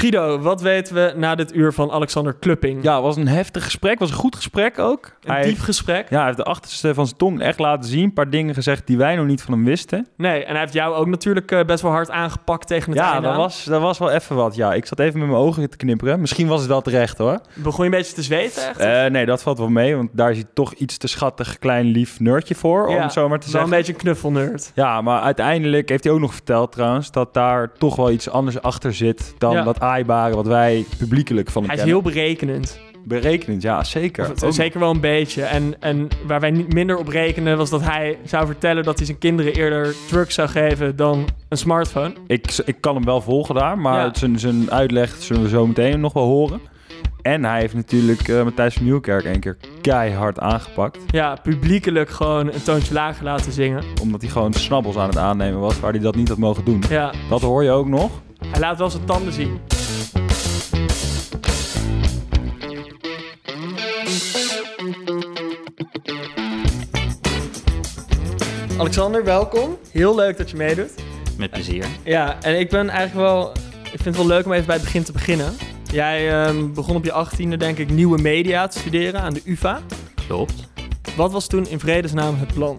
Guido, wat weten we na dit uur van Alexander Klupping? Ja, het was een heftig gesprek. Het was een goed gesprek ook. Een diep gesprek. Ja, hij heeft de achterste van zijn tong echt laten zien. Een paar dingen gezegd die wij nog niet van hem wisten. Nee, en hij heeft jou ook natuurlijk best wel hard aangepakt tegen het einde. Ja, dat was wel even wat. Ja, ik zat even met mijn ogen te knipperen. Misschien was het wel terecht, hoor. Begon je een beetje te zweten, echt? Nee, dat valt wel mee. Want daar is hij toch iets te schattig, klein, lief nerdje voor. Om het zo maar te zeggen. Wel een beetje een knuffelnerd. Ja, maar uiteindelijk heeft hij ook nog verteld trouwens... dat daar toch wel iets anders achter zit... dan dat aaibare wat wij publiekelijk van hem Hij is kennen. heel berekenend. Berekenend, ja, zeker. Zeker wel een beetje. En waar wij niet minder op rekenen... was dat hij zou vertellen dat hij zijn kinderen eerder drugs zou geven dan een smartphone. Ik kan hem wel volgen daar, maar zijn uitleg zullen we zo meteen nog wel horen. En hij heeft natuurlijk Matthijs van Nieuwkerk 1 keer keihard aangepakt. Ja, publiekelijk gewoon een toontje lager laten zingen. Omdat hij gewoon snabbels aan het aannemen was, waar hij dat niet had mogen doen. Ja. Dat hoor je ook nog. Hij laat wel zijn tanden zien. Alexander, welkom. Heel leuk dat je meedoet. Met plezier. Ja, en ik vind het wel leuk om even bij het begin te beginnen. Jij begon op je 18e, denk ik, nieuwe media te studeren aan de UvA. Klopt. Wat was toen in vredesnaam het plan?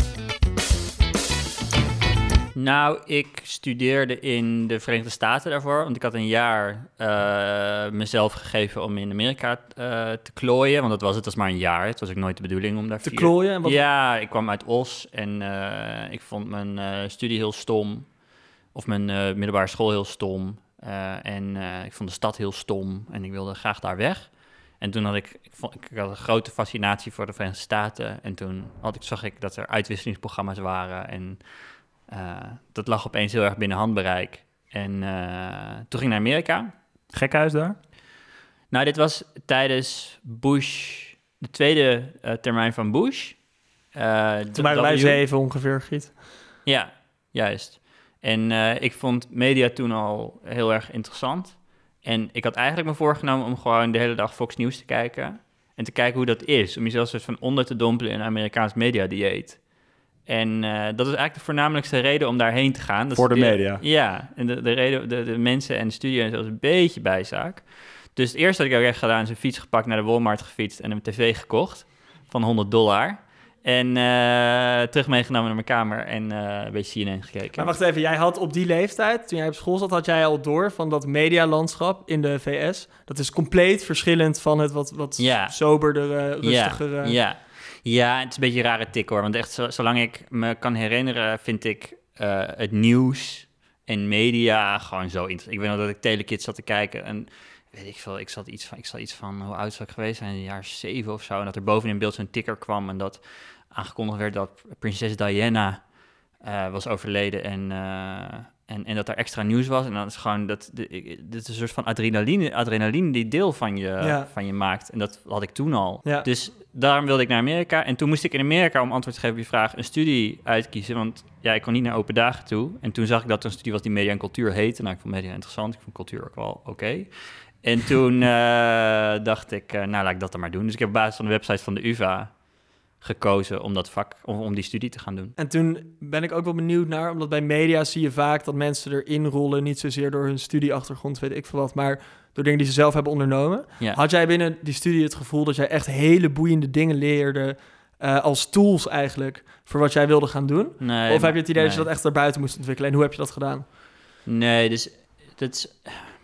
Nou, ik studeerde in de Verenigde Staten daarvoor. Want ik had een jaar mezelf gegeven om in Amerika te klooien. Want dat was het, dat was maar een jaar. Het was ook nooit de bedoeling om daar te klooien? En wat... Ja, ik kwam uit Os en ik vond mijn studie heel stom. Of mijn middelbare school heel stom. En ik vond de stad heel stom en ik wilde graag daar weg. En toen had ik had een grote fascinatie voor de Verenigde Staten. En toen zag ik dat er uitwisselingsprogramma's waren. En dat lag opeens heel erg binnen handbereik. En toen ging ik naar Amerika. Gekhuis daar? Nou, dit was tijdens Bush, de tweede termijn van Bush. Toen waren wij 7 ongeveer, Giet. Ja, juist. En ik vond media toen al heel erg interessant. En ik had eigenlijk me voorgenomen om gewoon de hele dag Fox News te kijken. En te kijken hoe dat is. Om jezelf soort van onder te dompelen in een Amerikaans mediadieet. En dat is eigenlijk de voornamelijkste reden om daarheen te gaan. Dat voor de media? Ja, en de reden, de mensen en de studie en zo is een beetje bijzaak. Dus het eerste wat ik ook echt gedaan is een fiets gepakt, naar de Walmart gefietst en een tv gekocht van $100. En terug meegenomen naar mijn kamer en een beetje CNN gekeken. Maar wacht even, jij had op die leeftijd, toen jij op school zat, had jij al door van dat medialandschap in de VS. Dat is compleet verschillend van het wat soberdere, rustigere... Ja, het is een beetje een rare tik hoor. Want echt, zolang ik me kan herinneren, vind ik het nieuws en media gewoon zo interessant. Ik weet nog dat ik Telekids zat te kijken en... Weet ik veel, ik zat iets van, hoe oud zou ik geweest zijn? In het jaar 7 of zo. En dat er boven in beeld zo'n ticker kwam en dat aangekondigd werd dat prinses Diana was overleden en dat er extra nieuws was. En dan is gewoon, dit is een soort van adrenaline die deel van je maakt. En dat had ik toen al. Ja. Dus daarom wilde ik naar Amerika. En toen moest ik in Amerika, om antwoord te geven op je vraag, een studie uitkiezen. Want ja, ik kon niet naar open dagen toe. En toen zag ik dat er een studie was die media en cultuur heette. Nou, ik vond media interessant. Ik vond cultuur ook wel oké. En toen dacht ik, laat ik dat dan maar doen. Dus ik heb op basis van de website van de UvA gekozen om dat vak, om die studie te gaan doen. En toen ben ik ook wel benieuwd naar, omdat bij media zie je vaak dat mensen erin rollen, niet zozeer door hun studieachtergrond, weet ik veel wat, maar door dingen die ze zelf hebben ondernomen. Ja. Had jij binnen die studie het gevoel dat jij echt hele boeiende dingen leerde, als tools eigenlijk, voor wat jij wilde gaan doen? Nee, of heb je het idee dat je dat echt daarbuiten moest ontwikkelen? En hoe heb je dat gedaan? Nee, dus dat is...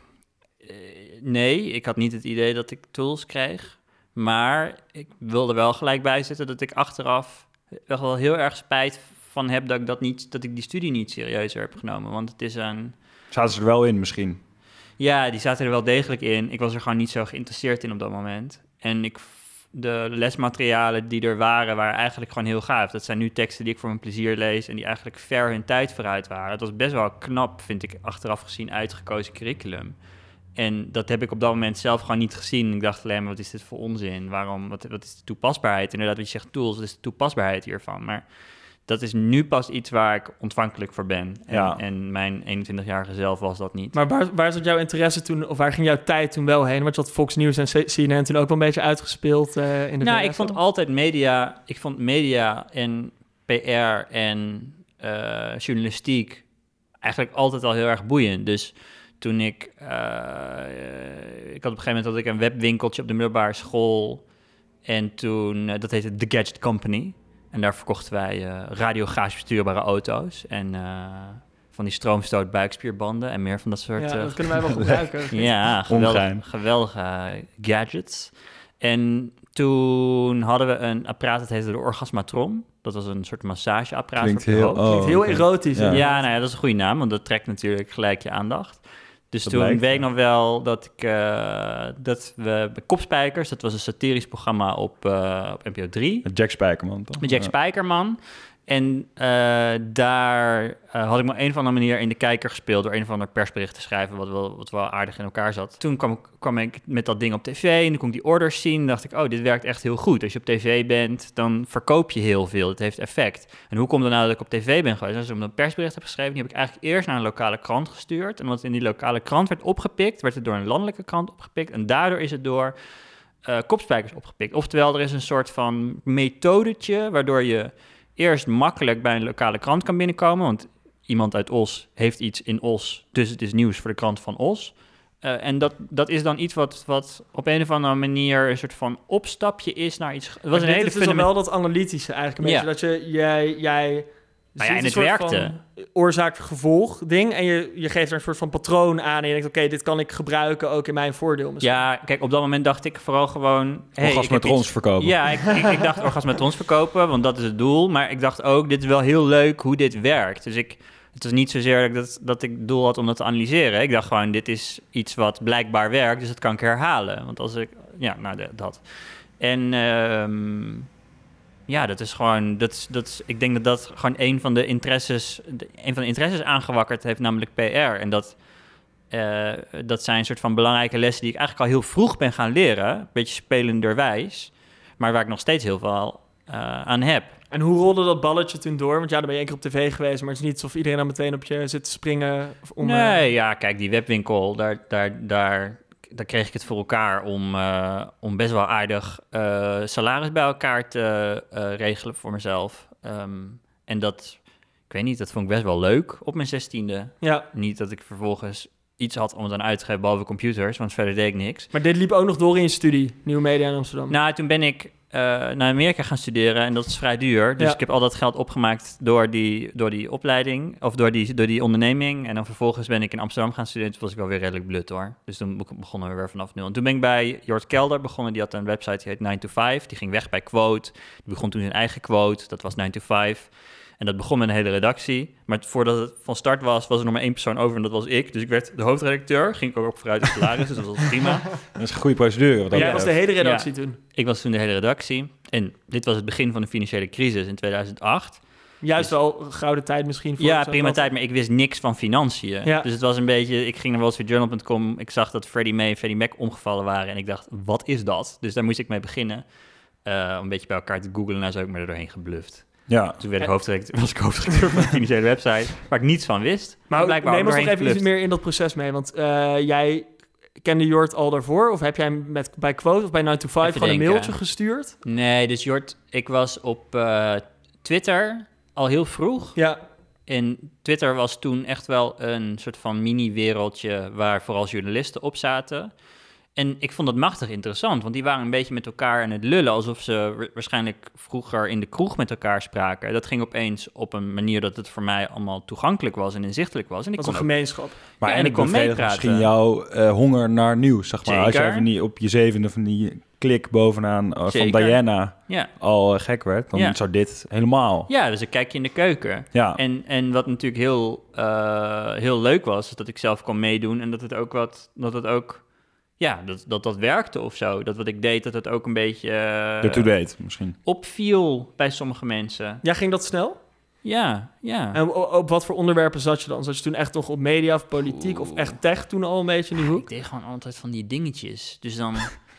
Nee, ik had niet het idee dat ik tools kreeg. Maar ik wilde wel gelijk bijzetten dat ik achteraf echt wel heel erg spijt van heb dat ik die studie niet serieuzer heb genomen. Want het is een... Zaten ze er wel in misschien? Ja, die zaten er wel degelijk in. Ik was er gewoon niet zo geïnteresseerd in op dat moment. En de lesmaterialen die er waren eigenlijk gewoon heel gaaf. Dat zijn nu teksten die ik voor mijn plezier lees en die eigenlijk ver hun tijd vooruit waren. Het was best wel knap, vind ik, achteraf gezien uitgekozen curriculum. En dat heb ik op dat moment zelf gewoon niet gezien. Ik dacht alleen maar, wat is dit voor onzin? Wat is de toepasbaarheid? Inderdaad, wat je zegt, tools, wat is de toepasbaarheid hiervan? Maar dat is nu pas iets waar ik ontvankelijk voor ben. En mijn 21-jarige zelf was dat niet. Maar waar zat jouw interesse toen, of waar ging jouw tijd toen wel heen? Want je had Fox News en CNN toen ook wel een beetje uitgespeeld in de VS. Ik vond altijd media... Ik vond media en PR en journalistiek eigenlijk altijd al heel erg boeiend. Dus toen ik op een gegeven moment een webwinkeltje op de middelbare school. En toen, dat heette The Gadget Company. En daar verkochten wij radiografisch bestuurbare auto's. En van die stroomstoot buikspierbanden en meer van dat soort... Ja, dat kunnen wij wel gebruiken. Ja, geweldige gadgets. En toen hadden we een apparaat, dat heette de Orgasmatron. Dat was een soort massageapparaat. Klinkt heel erotisch. Ja, nou ja, dat is een goede naam, want dat trekt natuurlijk gelijk je aandacht. Dus dat toen weet ik nog wel dat we bij Kopspijkers, dat was een satirisch programma op NPO 3. Met Jack Spijkerman, toch? Met Jack Spijkerman. En daar had ik me op een of andere manier in de kijker gespeeld door een of ander persbericht te schrijven wat wel aardig in elkaar zat. Toen kwam ik met dat ding op tv en dan kon ik die orders zien en dacht ik, oh, dit werkt echt heel goed. Als je op tv bent, dan verkoop je heel veel. Het heeft effect. En hoe komt het nou dat ik op tv ben geweest? Als ik een persbericht heb geschreven, die heb ik eigenlijk eerst naar een lokale krant gestuurd. En wat in die lokale krant werd opgepikt, werd het door een landelijke krant opgepikt. En daardoor is het door Kopspijkers opgepikt. Oftewel, er is een soort van methodetje waardoor je eerst makkelijk bij een lokale krant kan binnenkomen, want iemand uit Os heeft iets in Os, dus het is nieuws voor de krant van Os. En dat is dan iets wat op een of andere manier een soort van opstapje is naar iets. Het was een hele is dan wel dat analytische eigenlijk, een beetje dat jij maar ja, en het werkte. Oorzaak-gevolg ding. En je geeft er een soort van patroon aan. En je denkt, oké, dit kan ik gebruiken ook in mijn voordeel misschien. Ja, kijk, op dat moment dacht ik vooral gewoon... Orgasmatrons verkopen. Ja, ik dacht orgasmatrons verkopen, want dat is het doel. Maar ik dacht ook, dit is wel heel leuk hoe dit werkt. Dus het was niet zozeer dat ik het doel had om dat te analyseren. Ik dacht gewoon, dit is iets wat blijkbaar werkt, dus dat kan ik herhalen. Want als ik... Ja, nou, dat. En... ja, dat is gewoon... ik denk dat gewoon een van de interesses aangewakkerd heeft, namelijk PR. En dat zijn een soort van belangrijke lessen die ik eigenlijk al heel vroeg ben gaan leren. Een beetje spelenderwijs. Maar waar ik nog steeds heel veel aan heb. En hoe rolde dat balletje toen door? Want ja, dan ben je 1 keer op tv geweest, maar het is niet alsof iedereen dan meteen op je zit te springen. Nee, ja, kijk, die webwinkel, daar kreeg ik het voor elkaar om best wel aardig salaris bij elkaar te regelen voor mezelf. En dat, ik weet niet, dat vond ik best wel leuk op mijn 16e. Ja. Niet dat ik vervolgens iets had om het aan uit te geven, behalve computers, want verder deed ik niks. Maar dit liep ook nog door in je studie, Nieuwe Media in Amsterdam? Nou, toen ben ik naar Amerika gaan studeren en dat is vrij duur. Dus ik heb al dat geld opgemaakt door die opleiding, of door die onderneming. En dan vervolgens ben ik in Amsterdam gaan studeren. Toen was ik wel weer redelijk blut hoor. Dus toen begonnen we weer vanaf nul. En toen ben ik bij Jort Kelder begonnen. Die had een website die heet 9 to 5. Die ging weg bij Quote. Die begon toen zijn eigen Quote. Dat was 9 to 5. En dat begon met een hele redactie. Maar voordat het van start was er nog maar 1 persoon over en dat was ik. Dus ik werd de hoofdredacteur. Ging ik ook op vooruit het salaris, dus dat was prima. Dat is een goede procedure. Jij was de hele redactie toen? Ik was toen de hele redactie. En dit was het begin van de financiële crisis in 2008. Juist dus, wel een gouden tijd misschien. Ja, prima tijd, maar ik wist niks van financiën. Ja. Dus het was een beetje... Ik ging naar wallstreetjournal.com. Ik zag dat Freddie May en Freddie Mac omgevallen waren. En ik dacht, wat is dat? Dus daar moest ik mee beginnen. Om een beetje bij elkaar te googlen. En daar zou ik me er doorheen gebluft. Ja. Toen was ik hoofdredacteur van een financiële website, waar ik niets van wist. Maar neem ons nog even iets meer in dat proces mee. Want jij kende Jort al daarvoor? Of heb jij hem bij Quote of bij 9 to 5 gewoon een mailtje gestuurd? Nee, dus Jort, ik was op Twitter al heel vroeg. Ja. En Twitter was toen echt wel een soort van mini-wereldje waar vooral journalisten op zaten. En ik vond dat machtig interessant, want die waren een beetje met elkaar aan het lullen, alsof ze waarschijnlijk vroeger in de kroeg met elkaar spraken. Dat ging opeens op een manier dat het voor mij allemaal toegankelijk was en inzichtelijk was. En ik kon een gemeenschap. Maar ja, en ik kon meepraten. Misschien jouw honger naar nieuws, zeg maar. Zeker. Als jij op je 7e van die klik bovenaan van Diana al gek werd, dan zou dit helemaal... Ja, dus een kijkje in de keuken. Ja. En wat natuurlijk heel leuk was, is dat ik zelf kon meedoen en dat het ook dat werkte of zo. Dat wat ik deed, dat het ook een beetje... up-to-date misschien. Opviel bij sommige mensen. Ja, ging dat snel? Ja. En op wat voor onderwerpen zat je dan? Zat je toen echt nog op media of politiek of echt tech toen al een beetje in die hoek? Ik deed gewoon altijd van die dingetjes. Dus dan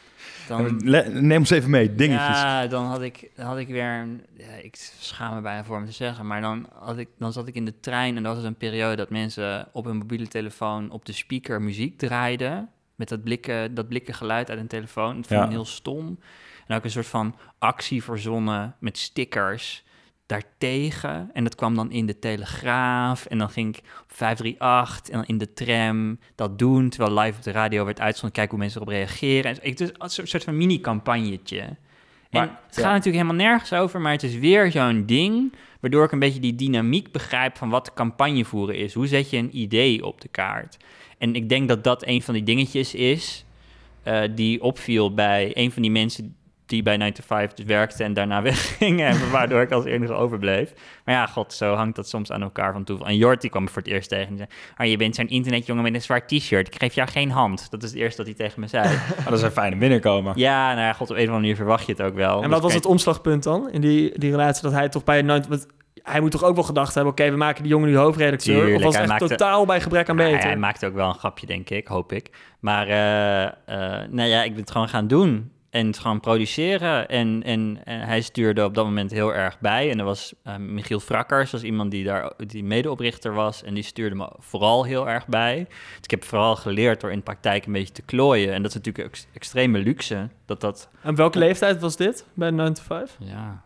neem ons even mee, dingetjes. Ja, dan had ik weer... ik schaam me bijna voor me te zeggen, maar dan zat ik in de trein en dat was een periode dat mensen op hun mobiele telefoon op de speaker muziek draaiden. Met dat blikken geluid uit een telefoon. Dat vond ik heel stom. En ook een soort van actie verzonnen met stickers daartegen. En dat kwam dan in de Telegraaf. En dan ging ik op 538 en dan in de tram dat doen. Terwijl live op de radio werd uitgezonden. Kijken hoe mensen erop reageren. En dus een soort van mini-campagnetje. En het gaat natuurlijk helemaal nergens over. Maar het is weer zo'n ding waardoor ik een beetje die dynamiek begrijp van wat campagne voeren is. Hoe zet je een idee op de kaart? En ik denk dat dat een van die dingetjes is die opviel bij een van die mensen die bij 9 to 5 dus werkte en daarna weggingen. En waardoor ik als enige overbleef. Maar ja, god, zo hangt dat soms aan elkaar van toeval. En Jort, die kwam me voor het eerst tegen en zei, je bent zo'n internetjongen met een zwart t-shirt. Ik geef jou geen hand. Dat is het eerste dat hij tegen me zei. Maar dat is een fijne binnenkomen. Ja, nou ja, god, op een of andere manier verwacht je het ook wel. En wat was het omslagpunt dan in die relatie dat hij toch bij hij moet toch ook wel gedacht hebben, oké, we maken die jongen nu hoofdredacteur. Tuurlijk, of was het echt totaal bij gebrek aan beter? Hij maakte ook wel een grapje, denk ik, hoop ik. Maar nou ja, ik ben het gewoon gaan doen. En het gewoon produceren. En hij stuurde op dat moment heel erg bij. En er was Michiel Frakkers, was iemand die medeoprichter was. En die stuurde me vooral heel erg bij. Dus ik heb vooral geleerd door in de praktijk een beetje te klooien. En dat is natuurlijk extreme luxe. En welke leeftijd was dit bij 9 to 5? Ja,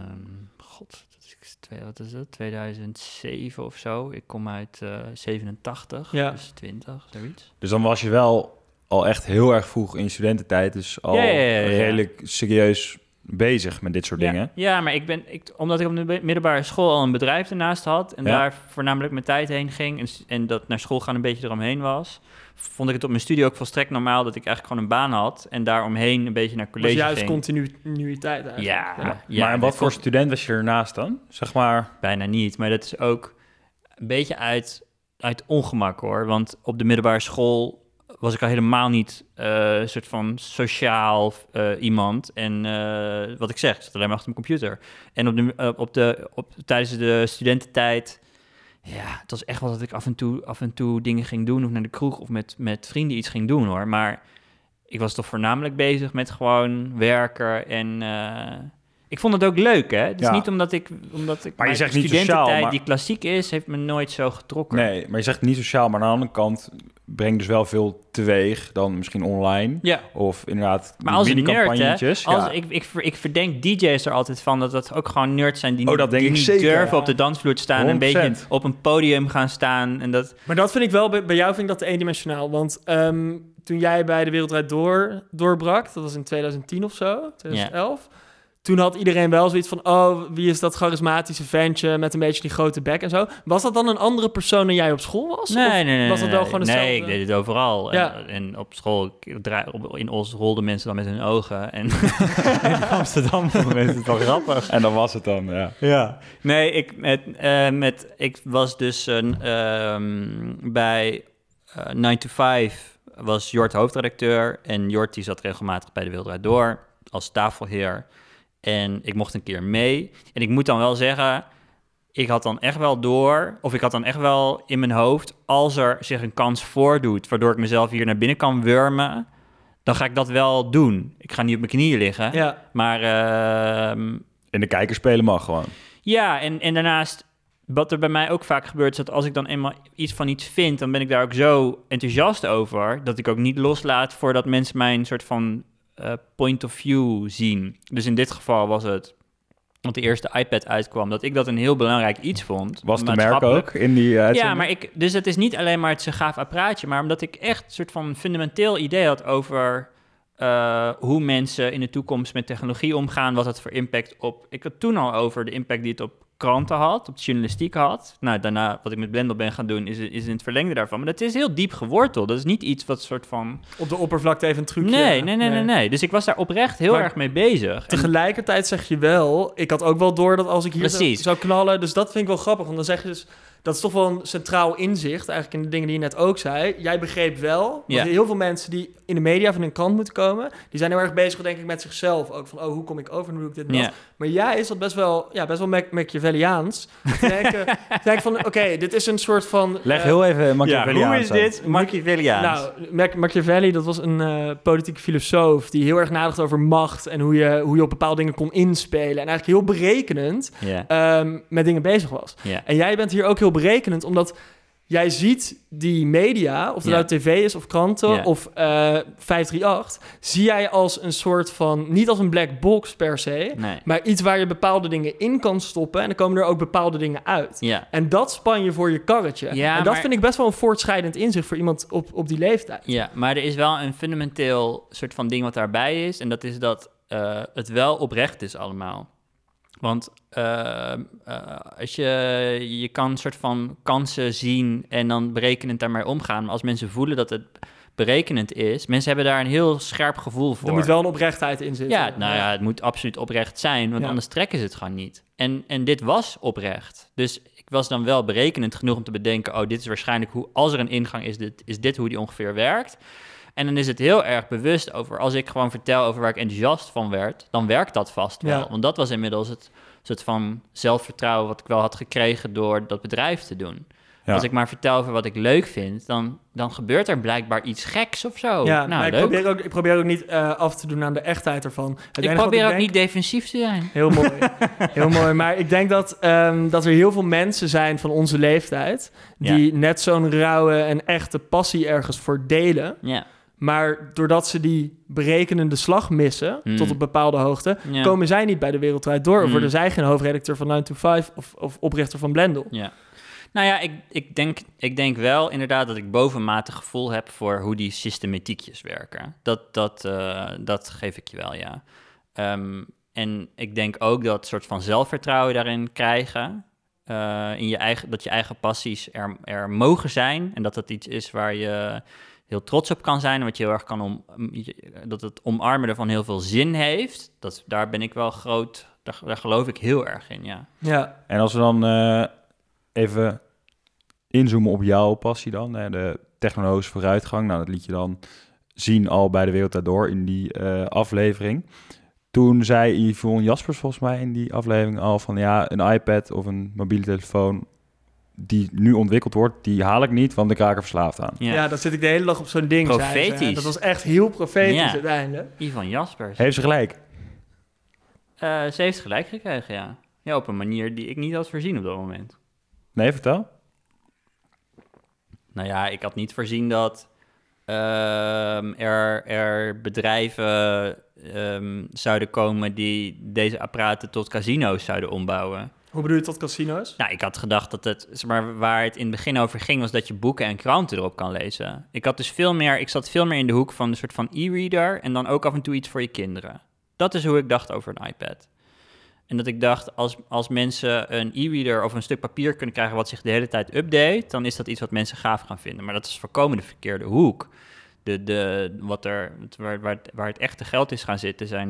wat is het? 2007 of zo. Ik kom uit 87, dus 20, zoiets. Dus dan was je wel al echt heel erg vroeg in je studententijd, dus al redelijk serieus bezig met dit soort dingen. Ja, maar omdat ik op de middelbare school al een bedrijf ernaast had en daar voornamelijk mijn tijd heen ging en dat naar school gaan een beetje eromheen was, vond ik het op mijn studie ook volstrekt normaal dat ik eigenlijk gewoon een baan had en daaromheen een beetje naar college ging. Dus juist continuïteit eigenlijk. Ja, maar wat voor student was je ernaast dan? Zeg maar. Bijna niet, maar dat is ook een beetje uit ongemak hoor, want op de middelbare school was ik al helemaal niet een soort van sociaal iemand. En wat ik zeg, ik zat alleen maar achter mijn computer. En tijdens de studententijd, ja, het was echt wel dat ik af en toe dingen ging doen, of naar de kroeg, of met vrienden iets ging doen, hoor. Maar ik was toch voornamelijk bezig met gewoon werken en ik vond het ook leuk, hè? Het is niet omdat ik maar je zegt niet studententijd sociaal, maar die klassiek is, heeft me nooit zo getrokken. Nee, maar je zegt niet sociaal, maar aan de andere kant brengt dus wel veel teweeg dan misschien online. Ja. Of inderdaad maar als mini-campagnetjes. Ik verdenk DJ's er altijd van dat ook gewoon nerds zijn die niet durven op de dansvloer te staan 100%. En een beetje op een podium gaan staan. En dat. Maar dat vind ik wel, bij jou vind ik dat te eendimensionaal. Want toen jij bij De Wereld Draait Door doorbrak, dat was in 2010 of zo, 2011... Ja. Toen had iedereen wel zoiets van, wie is dat charismatische ventje met een beetje die grote bek en zo. Was dat dan een andere persoon dan jij op school was? Nee. Was dat wel gewoon hetzelfde? Nee, ik deed het overal. Ja. En op school, in Os rolden mensen dan met hun ogen. En in Amsterdam vonden mensen het wel grappig. En dan was het dan, ja. Nee, ik was dus bij 9 to 5 was Jort hoofdredacteur. En Jort die zat regelmatig bij De Wereld Draait Door als tafelheer. En ik mocht een keer mee. En ik moet dan wel zeggen, ik had dan echt wel in mijn hoofd, als er zich een kans voordoet, waardoor ik mezelf hier naar binnen kan wurmen, dan ga ik dat wel doen. Ik ga niet op mijn knieën liggen. Maar in de kijker spelen mag gewoon. Ja, en daarnaast, wat er bij mij ook vaak gebeurt, is dat als ik dan eenmaal iets van iets vind, dan ben ik daar ook zo enthousiast over, dat ik ook niet loslaat voordat mensen mijn soort van point of view zien. Dus in dit geval was het, want de eerste iPad uitkwam, dat ik dat een heel belangrijk iets vond. Was de merk ook in die uitzending? Ja, maar dus het is niet alleen maar het is een gaaf apparaatje, maar omdat ik echt een soort van fundamenteel idee had over hoe mensen in de toekomst met technologie omgaan, wat het voor impact op. Ik had toen al over de impact die het op kranten had, op de journalistiek had. Nou, daarna wat ik met Blendel ben gaan doen, is in het verlengde daarvan. Maar dat is heel diep geworteld. Dat is niet iets wat soort van op de oppervlakte even een trucje. Nee. Dus ik was daar oprecht heel erg mee bezig. Tegelijkertijd zeg je wel, ik had ook wel door dat als ik hier zou knallen, dus dat vind ik wel grappig, want dan zeg je dus, dat is toch wel een centraal inzicht, eigenlijk in de dingen die je net ook zei. Jij begreep wel, dat heel veel mensen die in de media van een krant moeten komen, die zijn heel erg bezig, denk ik, met zichzelf. Ook van, hoe kom ik over en hoe doe ik dit en dat. Maar jij is dat best wel Machiavelliaans. Denk van, oké, dit is een soort van. Leg heel even Machiavelliaans. Hoe is dit Machiavelliaans? Nou, Machiavelli, dat was een politieke filosoof die heel erg nadacht over macht en hoe je op bepaalde dingen kon inspelen. En eigenlijk heel berekenend met dingen bezig was. En jij bent hier ook heel berekenend, omdat jij ziet die media, of het nou tv is of kranten of 538... zie jij als een soort van... niet als een black box per se... maar iets waar je bepaalde dingen in kan stoppen... en dan komen er ook bepaalde dingen uit. Ja. En dat span je voor je karretje. Ja, en dat vind ik best wel een voortschrijdend inzicht... voor iemand op die leeftijd. Ja, maar er is wel een fundamenteel soort van ding wat daarbij is... en dat is dat het wel oprecht is allemaal... Want als je kan een soort van kansen zien en dan berekenend daarmee omgaan. Maar als mensen voelen dat het berekenend is, mensen hebben daar een heel scherp gevoel voor. Er moet wel een oprechtheid in zitten. Ja, het moet absoluut oprecht zijn, want anders trekken ze het gewoon niet. En dit was oprecht. Dus ik was dan wel berekenend genoeg om te bedenken, dit is waarschijnlijk als er een ingang is dit hoe die ongeveer werkt. En dan is het heel erg bewust over... als ik gewoon vertel over waar ik enthousiast van werd... dan werkt dat vast wel. Ja. Want dat was inmiddels het soort van zelfvertrouwen... wat ik wel had gekregen door dat bedrijf te doen. Ja. Als ik maar vertel over wat ik leuk vind... dan gebeurt er blijkbaar iets geks of zo. Ja, nou, leuk. Ik probeer ook niet af te doen aan de echtheid ervan. Ik probeer ook niet defensief te zijn. Heel mooi. Heel mooi. Maar ik denk dat er heel veel mensen zijn van onze leeftijd... die net zo'n rauwe en echte passie ergens voor delen... Ja. Maar doordat ze die berekenende slag missen... tot een bepaalde hoogte... komen zij niet bij de Wereld Draait Door... of worden zij geen hoofdredacteur van 9 to 5... of oprichter van Blendel. Ja. Nou ja, ik denk wel inderdaad... dat ik bovenmatig gevoel heb... voor hoe die systematiekjes werken. Dat geef ik je wel, ja. En ik denk ook dat soort van zelfvertrouwen daarin krijgen... in je eigen, dat je eigen passies er mogen zijn... en dat dat iets is waar je... heel trots op kan zijn, wat je heel erg dat het omarmen ervan heel veel zin heeft. Daar ben ik wel groot, daar geloof ik heel erg in, ja. En als we dan even inzoomen op jouw passie dan, de technologische vooruitgang, nou dat liet je dan zien al bij de Wereld Draait Door in die aflevering. Toen zei Yvonne Jaspers volgens mij in die aflevering al van een iPad of een mobiele telefoon die nu ontwikkeld wordt, die haal ik niet, want ik raak er verslaafd aan. Ja, dan zit ik de hele dag op zo'n ding. Profetisch. Dat was echt heel profetisch uiteindelijk. Yvonne Jaspers. Heeft ze gelijk? Ze heeft gelijk gekregen, ja. Ja, op een manier die ik niet had voorzien op dat moment. Nee, vertel. Nou ja, ik had niet voorzien dat er bedrijven zouden komen die deze apparaten tot casino's zouden ombouwen. Hoe bedoel je tot casino's? Nou, ik had gedacht dat waar het in het begin over ging, was dat je boeken en kranten erop kan lezen. Ik zat veel meer in de hoek van een soort van e-reader en dan ook af en toe iets voor je kinderen. Dat is hoe ik dacht over een iPad. En dat ik dacht, als mensen een e-reader of een stuk papier kunnen krijgen wat zich de hele tijd update, dan is dat iets wat mensen gaaf gaan vinden. Maar dat is voorkomen de verkeerde hoek. Waar het echte geld is gaan zitten, zijn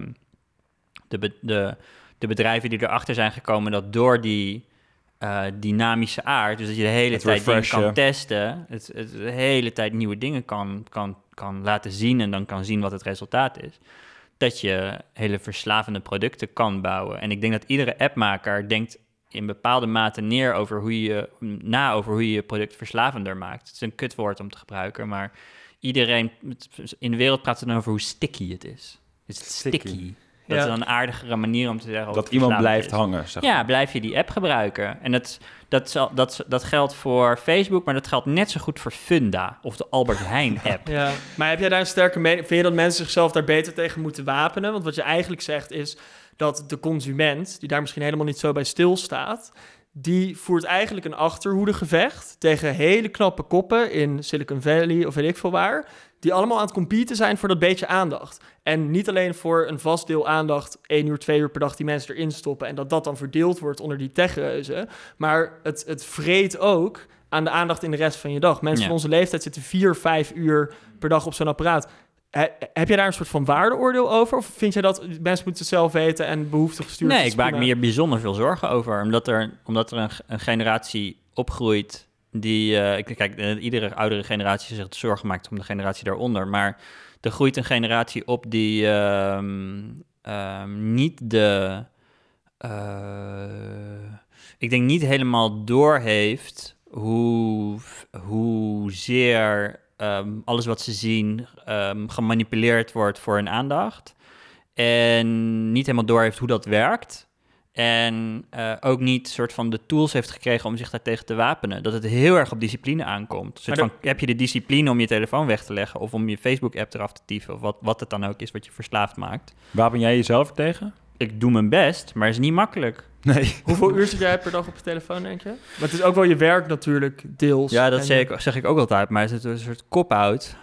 de bedrijven die erachter zijn gekomen dat door die dynamische aard, dus dat je de hele tijd dingen kan testen, het de hele tijd nieuwe dingen kan laten zien en dan kan zien wat het resultaat is, dat je hele verslavende producten kan bouwen. En ik denk dat iedere appmaker denkt in bepaalde mate na over hoe je je product verslavender maakt. Het is een kutwoord om te gebruiken, maar iedereen in de wereld praat dan over hoe sticky het is. Het is sticky. Dat is dan een aardigere manier om te zeggen... Dat iemand blijft hangen, zeg maar. Ja, blijf je die app gebruiken. En dat geldt voor Facebook, maar dat geldt net zo goed voor Funda of de Albert Heijn-app. Ja, maar heb jij daar een sterke mening? Vind je dat mensen zichzelf daar beter tegen moeten wapenen? Want wat je eigenlijk zegt is dat de consument, die daar misschien helemaal niet zo bij stilstaat, die voert eigenlijk een achterhoedegevecht tegen hele knappe koppen in Silicon Valley of weet ik veel waar, die allemaal aan het competen zijn voor dat beetje aandacht. En niet alleen voor een vast deel aandacht, 1 uur, 2 uur per dag die mensen erin stoppen en dat dan verdeeld wordt onder die techreuzen, maar het vreet ook aan de aandacht in de rest van je dag. Mensen van onze leeftijd zitten 4, 5 uur per dag op zo'n apparaat. Heb jij daar een soort van waardeoordeel over? Of vind jij dat mensen moeten het zelf weten en behoefte gestuurd? Nee, ik maak me hier bijzonder veel zorgen over. Omdat er een generatie opgroeit die... kijk, iedere oudere generatie zich zorgen maakt om de generatie daaronder. Maar er groeit een generatie op die niet de... ik denk niet helemaal doorheeft hoezeer alles wat ze zien gemanipuleerd wordt voor hun aandacht. En niet helemaal doorheeft hoe dat werkt. En ook niet soort van de tools heeft gekregen om zich daartegen te wapenen. Dat het heel erg op discipline aankomt. Soort van, heb je de discipline om je telefoon weg te leggen of om je Facebook-app eraf te typen of wat het dan ook is wat je verslaafd maakt. Wapen jij jezelf er tegen? Ik doe mijn best, maar het is niet makkelijk. Nee. Hoeveel uur zit jij per dag op je telefoon, denk je? Maar het is ook wel je werk natuurlijk, deels. Ja, dat zeg ik ook altijd, maar het is een soort cop-out.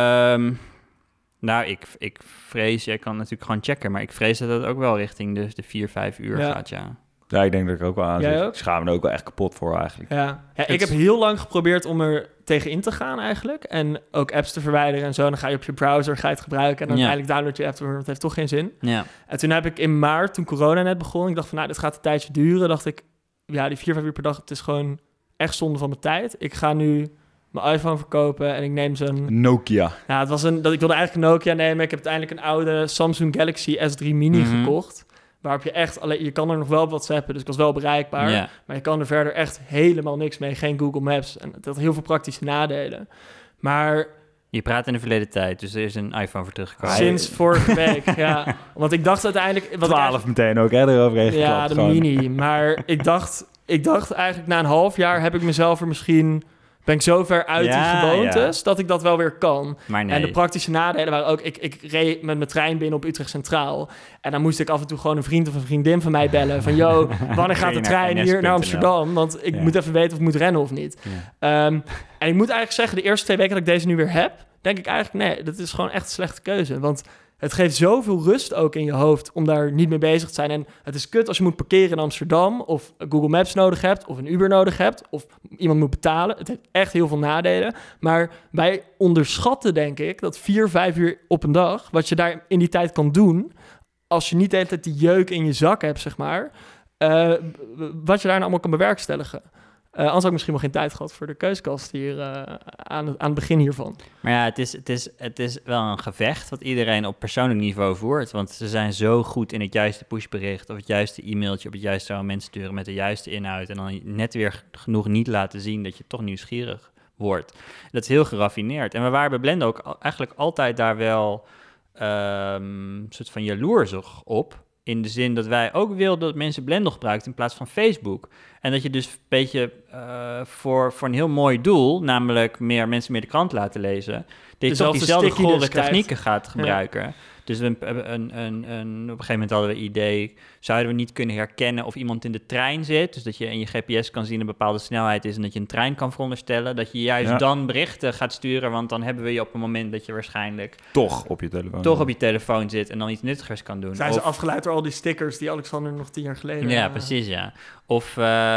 Nou, ik vrees, jij kan natuurlijk gewoon checken, maar ik vrees dat het ook wel richting de 4-5 uur gaat, ja. Ja, ik denk dat ik ook wel aan zit. Jij ook? Ik schaam me er ook wel echt kapot voor eigenlijk. Ja, ik heb heel lang geprobeerd om er tegen in te gaan eigenlijk. En ook apps te verwijderen en zo. Dan ga je op je browser, ga je het gebruiken. En dan uiteindelijk download je app, want het heeft toch geen zin. Ja. En toen heb ik in maart, toen corona net begon, ik dacht van, dit gaat een tijdje duren. Dacht ik, die 4-5 uur per dag, het is gewoon echt zonde van mijn tijd. Ik ga nu mijn iPhone verkopen en ik neem zo'n Nokia. Ja, ik wilde eigenlijk een Nokia nemen. Ik heb uiteindelijk een oude Samsung Galaxy S3 Mini gekocht. Waarop je echt je kan er nog wel op WhatsAppen, dus ik was wel bereikbaar. Yeah. Maar je kan er verder echt helemaal niks mee. Geen Google Maps. En het had heel veel praktische nadelen. Maar je praat in de verleden tijd, dus er is een iPhone voor teruggekomen. Sinds vorige week, ja. Want ik dacht uiteindelijk 12 meteen ook, hè, eroverheen geklapt. Ja, de gewoon. Mini. Maar ik dacht eigenlijk na een half jaar heb ik mezelf er misschien... Ben ik zo ver uit die gewoontes dat ik dat wel weer kan. Maar nee. En de praktische nadelen waren ook... Ik reed met mijn trein binnen op Utrecht Centraal. En dan moest ik af en toe gewoon een vriend of een vriendin van mij bellen. Van, wanneer gaat de trein hier naar Amsterdam? Want ik moet even weten of ik moet rennen of niet. Ja. En ik moet eigenlijk zeggen, de eerste 2 weken dat ik deze nu weer heb... denk ik eigenlijk, nee, dat is gewoon echt een slechte keuze. Want het geeft zoveel rust ook in je hoofd om daar niet mee bezig te zijn. En het is kut als je moet parkeren in Amsterdam... of Google Maps nodig hebt, of een Uber nodig hebt... of iemand moet betalen. Het heeft echt heel veel nadelen. Maar wij onderschatten, denk ik, dat 4-5 uur op een dag... wat je daar in die tijd kan doen... als je niet de hele tijd die jeuk in je zak hebt, zeg maar... wat je daar nou allemaal kan bewerkstelligen... anders had ik misschien wel geen tijd gehad voor de keuskast hier aan het begin hiervan. Maar ja, het is wel een gevecht wat iedereen op persoonlijk niveau voert. Want ze zijn zo goed in het juiste pushbericht of het juiste e-mailtje op het juiste moment sturen met de juiste inhoud. En dan net weer genoeg niet laten zien dat je toch nieuwsgierig wordt. Dat is heel geraffineerd. En we waren bij Blendo ook eigenlijk altijd daar wel een soort van jaloers op. In de zin dat wij ook wilden dat mensen Blendel gebruikten in plaats van Facebook. En dat je dus een beetje voor een heel mooi doel, namelijk mensen meer de krant laten lezen, dat je toch diezelfde gore technieken gaat gebruiken. Ja. Dus op een gegeven moment hadden we het idee, zouden we niet kunnen herkennen of iemand in de trein zit? Dus dat je in je GPS kan zien een bepaalde snelheid is en dat je een trein kan veronderstellen. Dat je juist dan berichten gaat sturen, want dan hebben we je op een moment dat je waarschijnlijk toch op je telefoon zit en dan iets nuttigers kan doen. Zijn ze afgeleid door al die stickers die Alexander nog 10 jaar geleden... Ja, precies, ja. Of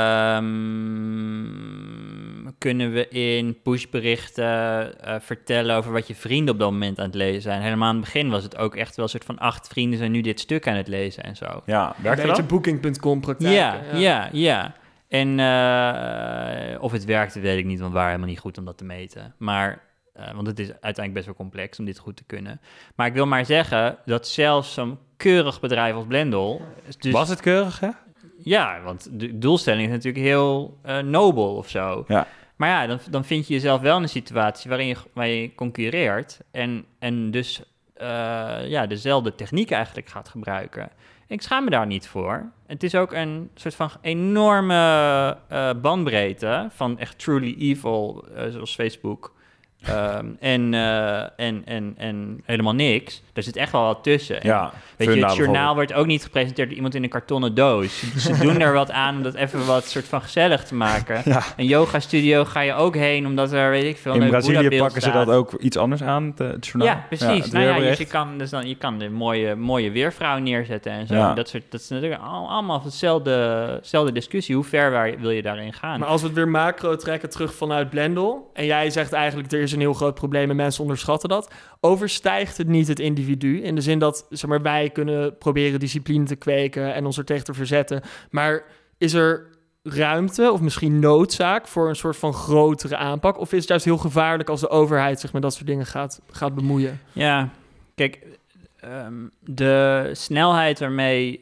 kunnen we in pushberichten vertellen over wat je vrienden op dat moment aan het lezen zijn. Helemaal aan het begin was het ook echt wel een soort van 8 vrienden zijn nu dit stuk aan het lezen en zo. Ja, werkt een beetje Booking.com praktijk. Ja. En of het werkte, weet ik niet, want we waren helemaal niet goed om dat te meten. Maar, want het is uiteindelijk best wel complex om dit goed te kunnen. Maar ik wil maar zeggen dat zelfs zo'n keurig bedrijf als Blendel... Dus, was het keurig, hè? Ja, want de doelstelling is natuurlijk heel nobel of zo. Ja. Maar ja, dan vind je jezelf wel in een situatie waar je concurreert... en dus dezelfde techniek eigenlijk gaat gebruiken. Ik schaam me daar niet voor. Het is ook een soort van enorme bandbreedte van echt truly evil, zoals Facebook... en helemaal niks. Er zit echt wel wat tussen. Ja, weet je, het journaal wordt ook niet gepresenteerd door iemand in een kartonnen doos. Ze doen er wat aan om dat even wat soort van gezellig te maken. Ja. Een yoga studio ga je ook heen, omdat er, weet ik veel, in Brazilië pakken ze dat ook iets anders aan, het journaal. Ja, precies. Je kan een mooie weervrouw neerzetten en zo. Ja. Dat is natuurlijk allemaal dezelfde discussie. Hoe ver wil je daarin gaan? Maar als we het weer macro trekken terug vanuit Blendel, en jij zegt eigenlijk, er is een heel groot probleem en mensen onderschatten dat, overstijgt het niet het individu, in de zin dat, zeg maar, wij kunnen proberen discipline te kweken en ons er tegen te verzetten, maar is er ruimte of misschien noodzaak voor een soort van grotere aanpak, of is het juist heel gevaarlijk als de overheid zich met dat soort dingen gaat bemoeien? Ja, kijk, de snelheid waarmee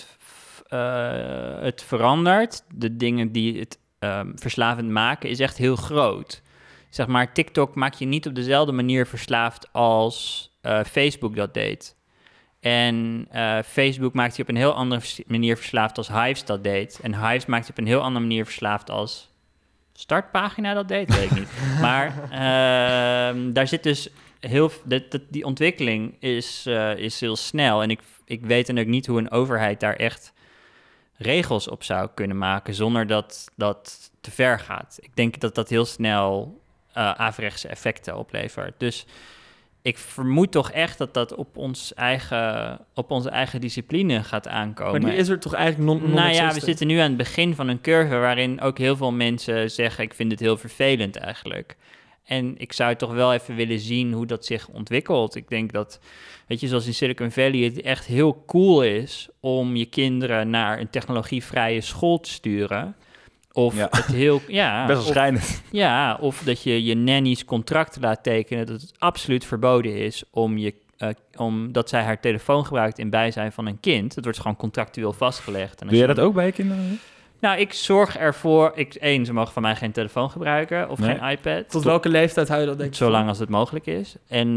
het verandert, de dingen die het verslavend maken, is echt heel groot. Zeg maar, TikTok maak je niet op dezelfde manier verslaafd als Facebook dat deed. En Facebook maakt hij op een heel andere manier verslaafd als Hives dat deed. En Hives maakt hij op een heel andere manier verslaafd als Startpagina dat deed, weet ik niet. Maar daar zit dus die ontwikkeling is heel snel. En ik weet dan ook niet hoe een overheid daar echt regels op zou kunnen maken zonder dat dat te ver gaat. Ik denk dat dat heel snel averechtse effecten oplevert. Dus ik vermoed toch echt dat dat op onze eigen discipline gaat aankomen. Maar die is er toch eigenlijk Nou ja, we zitten nu aan het begin van een curve waarin ook heel veel mensen zeggen, ik vind het heel vervelend eigenlijk. En ik zou toch wel even willen zien hoe dat zich ontwikkelt. Ik denk dat, weet je, zoals in Silicon Valley, het echt heel cool is om je kinderen naar een technologievrije school te sturen. Of het heel... Ja, best wel schijnend. Ja, of dat je je nannies contracten laat tekenen dat het absoluut verboden is omdat zij haar telefoon gebruikt in bijzijn van een kind. Het wordt gewoon contractueel vastgelegd. En doe jij dat ook bij je kinderen? Nou, ik zorg ervoor... ze mogen van mij geen telefoon gebruiken of geen iPad. Tot welke leeftijd hou je dat, denk ik? Zolang als het mogelijk is. En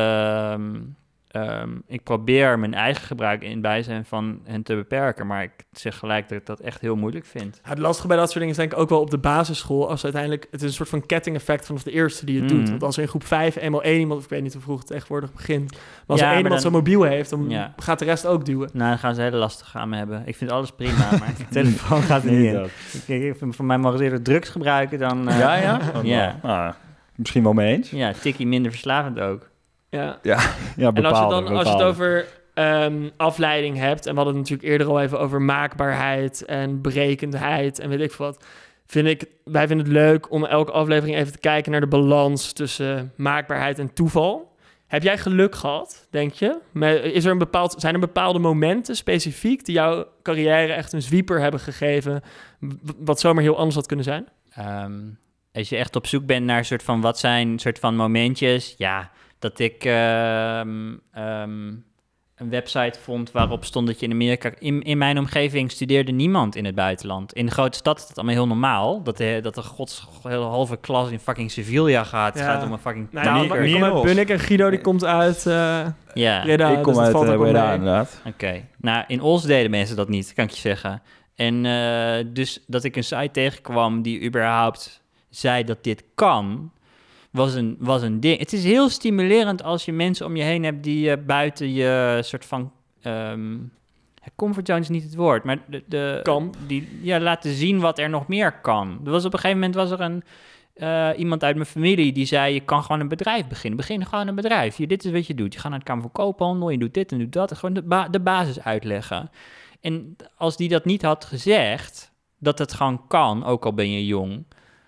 ik probeer mijn eigen gebruik in bijzijn van hen te beperken. Maar ik zeg gelijk dat ik dat echt heel moeilijk vind. Het lastige bij dat soort dingen is denk ik ook wel op de basisschool. Als uiteindelijk, het is een soort van kettingeffect vanaf de eerste die het doet. Want als er in groep 5 eenmaal één iemand, ik weet niet hoe vroeg het tegenwoordig begint. Maar als er één iemand zo'n mobiel heeft, dan gaat de rest ook duwen. Nou, dan gaan ze hele lastig aan me hebben. Ik vind alles prima, maar de telefoon gaat er niet in. Voor mij mogen ze eerder drugs gebruiken dan... Ja. Misschien wel mee eens. Ja, tikkie minder verslavend ook. Ja, bepaalde. En als je het over afleiding hebt, en we hadden het natuurlijk eerder al even over maakbaarheid en berekendheid en weet ik veel wat, wij vinden het leuk om elke aflevering even te kijken naar de balans tussen maakbaarheid en toeval. Heb jij geluk gehad, denk je? Zijn er bepaalde momenten specifiek die jouw carrière echt een zwieper hebben gegeven, wat zomaar heel anders had kunnen zijn? Als je echt op zoek bent naar soort van wat zijn soort van momentjes, ja, dat ik een website vond waarop stond dat je in Amerika... In mijn omgeving studeerde niemand in het buitenland. In de grote stad is dat allemaal heel normaal. Dat de hele halve klas in fucking Sevilla gaat. Het gaat om een fucking... Bunnik en Guido, die komt uit Breda. Ik kom uit Breda, inderdaad. Oké. Nou, in Os deden mensen dat niet, kan ik je zeggen. En dus dat ik een site tegenkwam die überhaupt zei dat dit kan... was een ding. Het is heel stimulerend als je mensen om je heen hebt die buiten je soort van... comfortzone is niet het woord, maar die laten zien wat er nog meer kan. Op een gegeven moment was er iemand uit mijn familie die zei, je kan gewoon een bedrijf beginnen. Begin gewoon een bedrijf. Dit is wat je doet. Je gaat naar de Kamer van Koophandel, je doet dit en doet dat. Gewoon de basis uitleggen. En als die dat niet had gezegd, dat het gewoon kan, ook al ben je jong...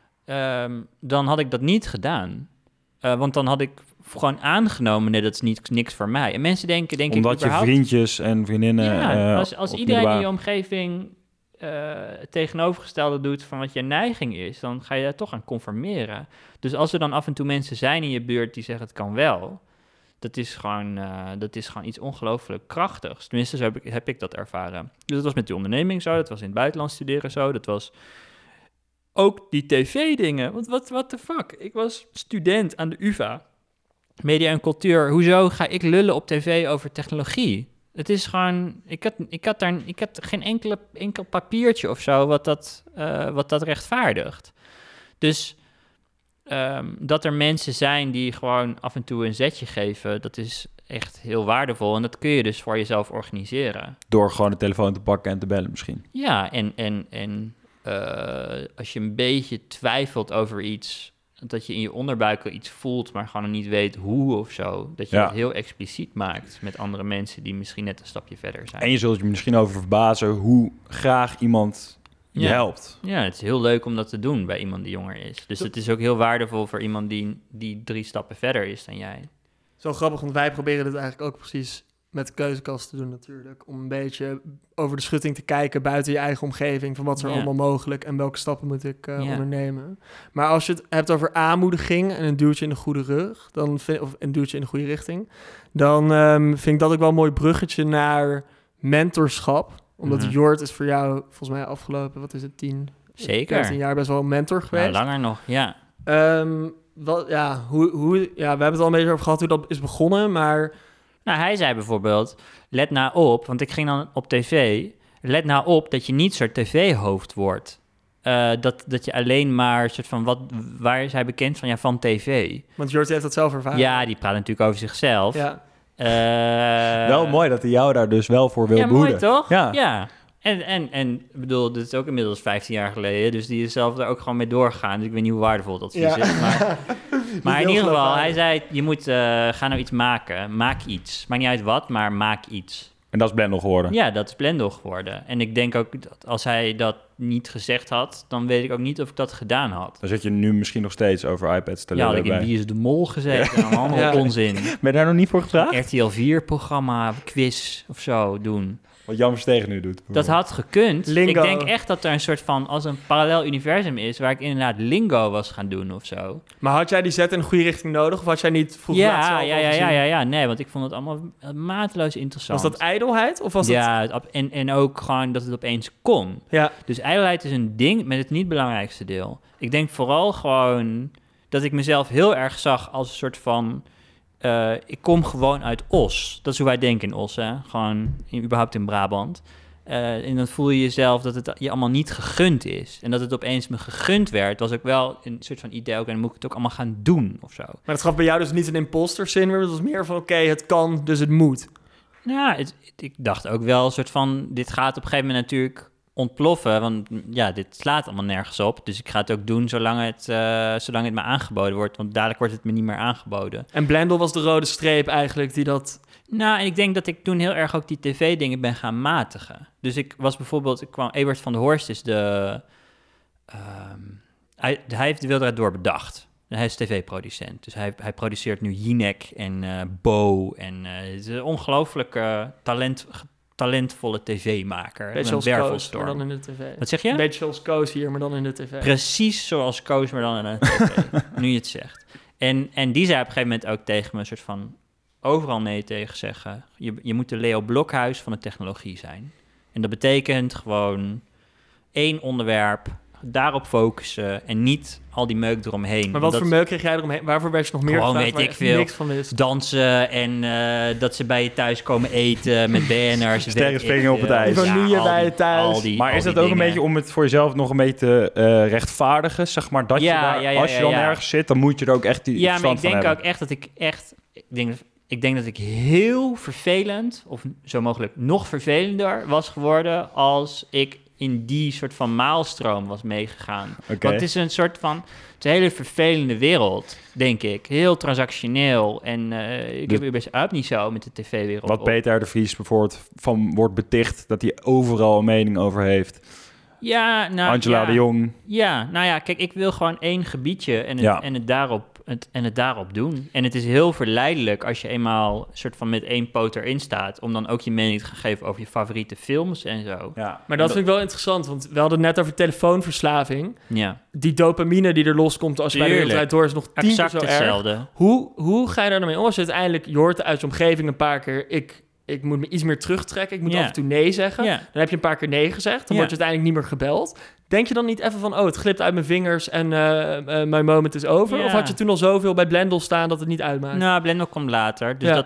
dan had ik dat niet gedaan. Want dan had ik gewoon aangenomen, nee, dat is niks voor mij. En mensen denken omdat je vriendjes en vriendinnen... Ja, als iedereen in je omgeving het tegenovergestelde doet van wat je neiging is, dan ga je daar toch aan conformeren. Dus als er dan af en toe mensen zijn in je buurt die zeggen het kan wel, dat is gewoon iets ongelooflijk krachtigs. Tenminste, zo heb ik dat ervaren. Dus dat was met die onderneming zo, dat was in het buitenland studeren zo, dat was... Ook die tv-dingen. Want what the fuck? Ik was student aan de UvA. Media en cultuur. Hoezo ga ik lullen op tv over technologie? Het is gewoon... Ik had geen enkel papiertje of zo wat dat rechtvaardigt. Dus dat er mensen zijn die gewoon af en toe een zetje geven, dat is echt heel waardevol. En dat kun je dus voor jezelf organiseren. Door gewoon de telefoon te pakken en te bellen misschien. Ja, en als je een beetje twijfelt over iets, dat je in je onderbuik wel iets voelt, maar gewoon niet weet hoe of zo, dat je dat heel expliciet maakt met andere mensen die misschien net een stapje verder zijn. En je zult je misschien over verbazen hoe graag iemand je helpt. Ja, het is heel leuk om dat te doen bij iemand die jonger is. Dus het is ook heel waardevol voor iemand die 3 stappen verder is dan jij. Zo grappig, want wij proberen dit eigenlijk ook precies met de keuzekast te doen natuurlijk. Om een beetje over de schutting te kijken buiten je eigen omgeving. Van wat is er allemaal mogelijk en welke stappen moet ik ondernemen. Maar als je het hebt over aanmoediging en een duwtje in de goede rug. Of een duwtje in de goede richting. Dan vind ik dat ook wel een mooi bruggetje naar mentorschap. Omdat Jort is voor jou volgens mij afgelopen, wat is het, 13 jaar best wel een mentor geweest. Nou, langer nog, ja. We hebben het al een beetje over gehad hoe dat is begonnen, maar Nou, hij zei bijvoorbeeld, let nou op, want ik ging dan op tv, let nou op dat je niet zo'n tv-hoofd wordt. Dat je alleen maar soort van, waar is hij bekend van? Ja, van tv. Want Jordi heeft dat zelf ervaren. Ja, die praat natuurlijk over zichzelf. Ja. Wel mooi dat hij jou daar dus wel voor wil behoeden. Ja, mooi toch? Ja. Ja. En ik bedoel, dit is ook inmiddels 15 jaar geleden, dus die is zelf daar ook gewoon mee doorgegaan. Dus ik weet niet hoe waardevol dat advies is. Maar in ieder geval, hij zei, je moet, ga nou iets maken. Maak iets. Maakt niet uit wat, maar maak iets. En dat is Blendel geworden? Ja, dat is Blendel geworden. En ik denk ook dat als hij dat niet gezegd had, dan weet ik ook niet of ik dat gedaan had. Dan zit je nu misschien nog steeds over iPads te lullen. Ja, had ik in Wie is de Mol gezeten en allemaal onzin. Ben je daar nog niet voor gevraagd? RTL 4-programma, quiz of zo doen. Wat Jan Verstegen nu doet. Dat had gekund. Lingo. Ik denk echt dat er een soort van, als een parallel universum is, waar ik inderdaad lingo was gaan doen of zo. Maar had jij die zet in een goede richting nodig? Of had jij niet vroeger Ja. Nee, want ik vond het allemaal mateloos interessant. Was dat ijdelheid? Of was ja, en ook gewoon dat het opeens kon. Ja. Dus ijdelheid is een ding met het niet belangrijkste deel. Ik denk vooral gewoon dat ik mezelf heel erg zag als een soort van, ik kom gewoon uit Os. Dat is hoe wij denken in Os, hè. Gewoon überhaupt in Brabant. En dan voel je jezelf dat het je allemaal niet gegund is. En dat het opeens me gegund werd, was ook wel een soort van idee, ook, en dan moet ik het ook allemaal gaan doen of zo. Maar dat gaf bij jou dus niet een imposter syndrome. Het was meer van, oké, het kan, dus het moet. Nou, ik dacht ook wel een soort van, dit gaat op een gegeven moment natuurlijk ontploffen, want ja, dit slaat allemaal nergens op. Dus ik ga het ook doen zolang het me aangeboden wordt, want dadelijk wordt het me niet meer aangeboden. En Blendel was de rode streep eigenlijk die dat... Nou, en ik denk dat ik toen heel erg ook die tv-dingen ben gaan matigen. Dus ik was bijvoorbeeld, Ewert van der Horst is hij heeft de Wereld Draait Door bedacht. Hij is tv-producent, dus hij produceert nu Jinek en Bo en het is een ongelooflijke talentvolle tv-maker. Beetje als Koos, maar dan in de tv. Wat zeg je? Een beetje als Koos hier, maar dan in de tv. Precies zoals Koos, maar dan in de tv. Nu je het zegt. En die zei op een gegeven moment ook tegen me een soort van overal nee tegen zeggen. Je moet de Leo Blokhuis van de technologie zijn. En dat betekent gewoon 1 onderwerp, daarop focussen en niet al die meuk eromheen. Maar wat voor meuk kreeg jij eromheen? Waarvoor werd je nog meer gewoon, gevraagd weet ik veel, niks van wist? dansen en dat ze bij je thuis komen eten met banners. Sterren springen op het ijs. Vanille bij je thuis. Maar is dat ook een beetje om het voor jezelf nog een beetje te rechtvaardigen? Zeg maar dat je daar, als je dan ergens zit, dan moet je er ook echt die maar ik denk hebben. ook echt dat ik denk dat ik heel vervelend, of zo mogelijk nog vervelender was geworden als ik in die soort van maalstroom was meegegaan. Okay. Want het is een soort van, het is een hele vervelende wereld, denk ik. Heel transactioneel. En ik heb überhaupt niet zo met de tv-wereld. Wat Peter R. de Vries bijvoorbeeld van wordt beticht, dat hij overal een mening over heeft. Ja, nou, Angela de Jong. Ja, nou ja, kijk, ik wil gewoon 1 gebiedje en het daarop doen. En het is heel verleidelijk als je eenmaal soort van met 1 poot erin staat, om dan ook je mening te gaan geven over je favoriete films en zo. Ja. Maar dat vind ik wel interessant, want we hadden het net over telefoonverslaving. Ja. Die dopamine die er loskomt als je bij de Wereld Draait Door is nog 10 keer zo hetzelfde. Erg. Hoe ga je daar dan mee om? Als je uiteindelijk, je hoort uit je omgeving een paar keer, ik moet me iets meer terugtrekken. Ik moet af en toe nee zeggen. Dan heb je een paar keer nee gezegd. Dan word je uiteindelijk niet meer gebeld. Denk je dan niet even van, het glipt uit mijn vingers en mijn moment is over? Of had je toen al zoveel bij Blendel staan dat het niet uitmaakt? Nou, Blendel kwam later. Dus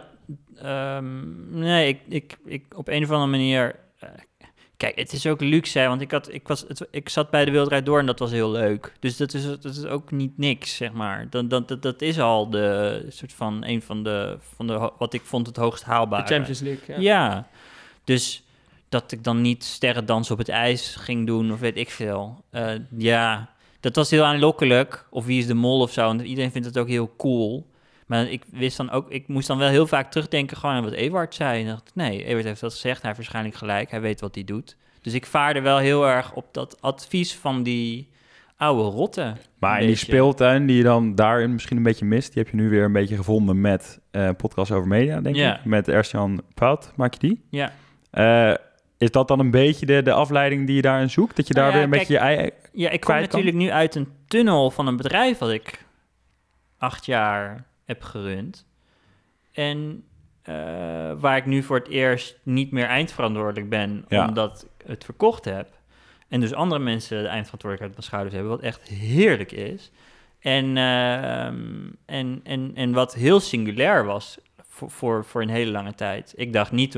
nee, ik op een of andere manier... kijk, het is ook luxe, hè, want ik zat bij de Wereld Draait Door en dat was heel leuk. Dus dat is ook niet niks, zeg maar. Dat is al de soort van een van de wat ik vond het hoogst haalbare. De Champions League, ja. Dus dat ik dan niet sterrendans op het ijs ging doen of weet ik veel. Dat was heel aanlokkelijk. Of Wie is de Mol of zo. En iedereen vindt het ook heel cool. Maar ik moest dan wel heel vaak terugdenken gewoon aan wat Ewart zei. En dacht, nee, Ewart heeft dat gezegd. Hij heeft waarschijnlijk gelijk. Hij weet wat hij doet. Dus ik vaarde wel heel erg op dat advies van die oude rotte. Maar in die speeltuin die je dan daarin misschien een beetje mist, die heb je nu weer een beetje gevonden met podcast over media, denk ik. Met Ernst-Jan Pout, maak je die? Ja. Is dat dan een beetje de afleiding die je daarin zoekt? Dat je daar weer een beetje je ei ik kom natuurlijk nu uit een tunnel van een bedrijf wat ik 8 jaar heb gerund. En waar ik nu voor het eerst niet meer eindverantwoordelijk ben, omdat ik het verkocht heb. En dus andere mensen de eindverantwoordelijkheid op mijn schouders hebben, wat echt heerlijk is. En wat heel singulair was voor een hele lange tijd. Ik dacht niet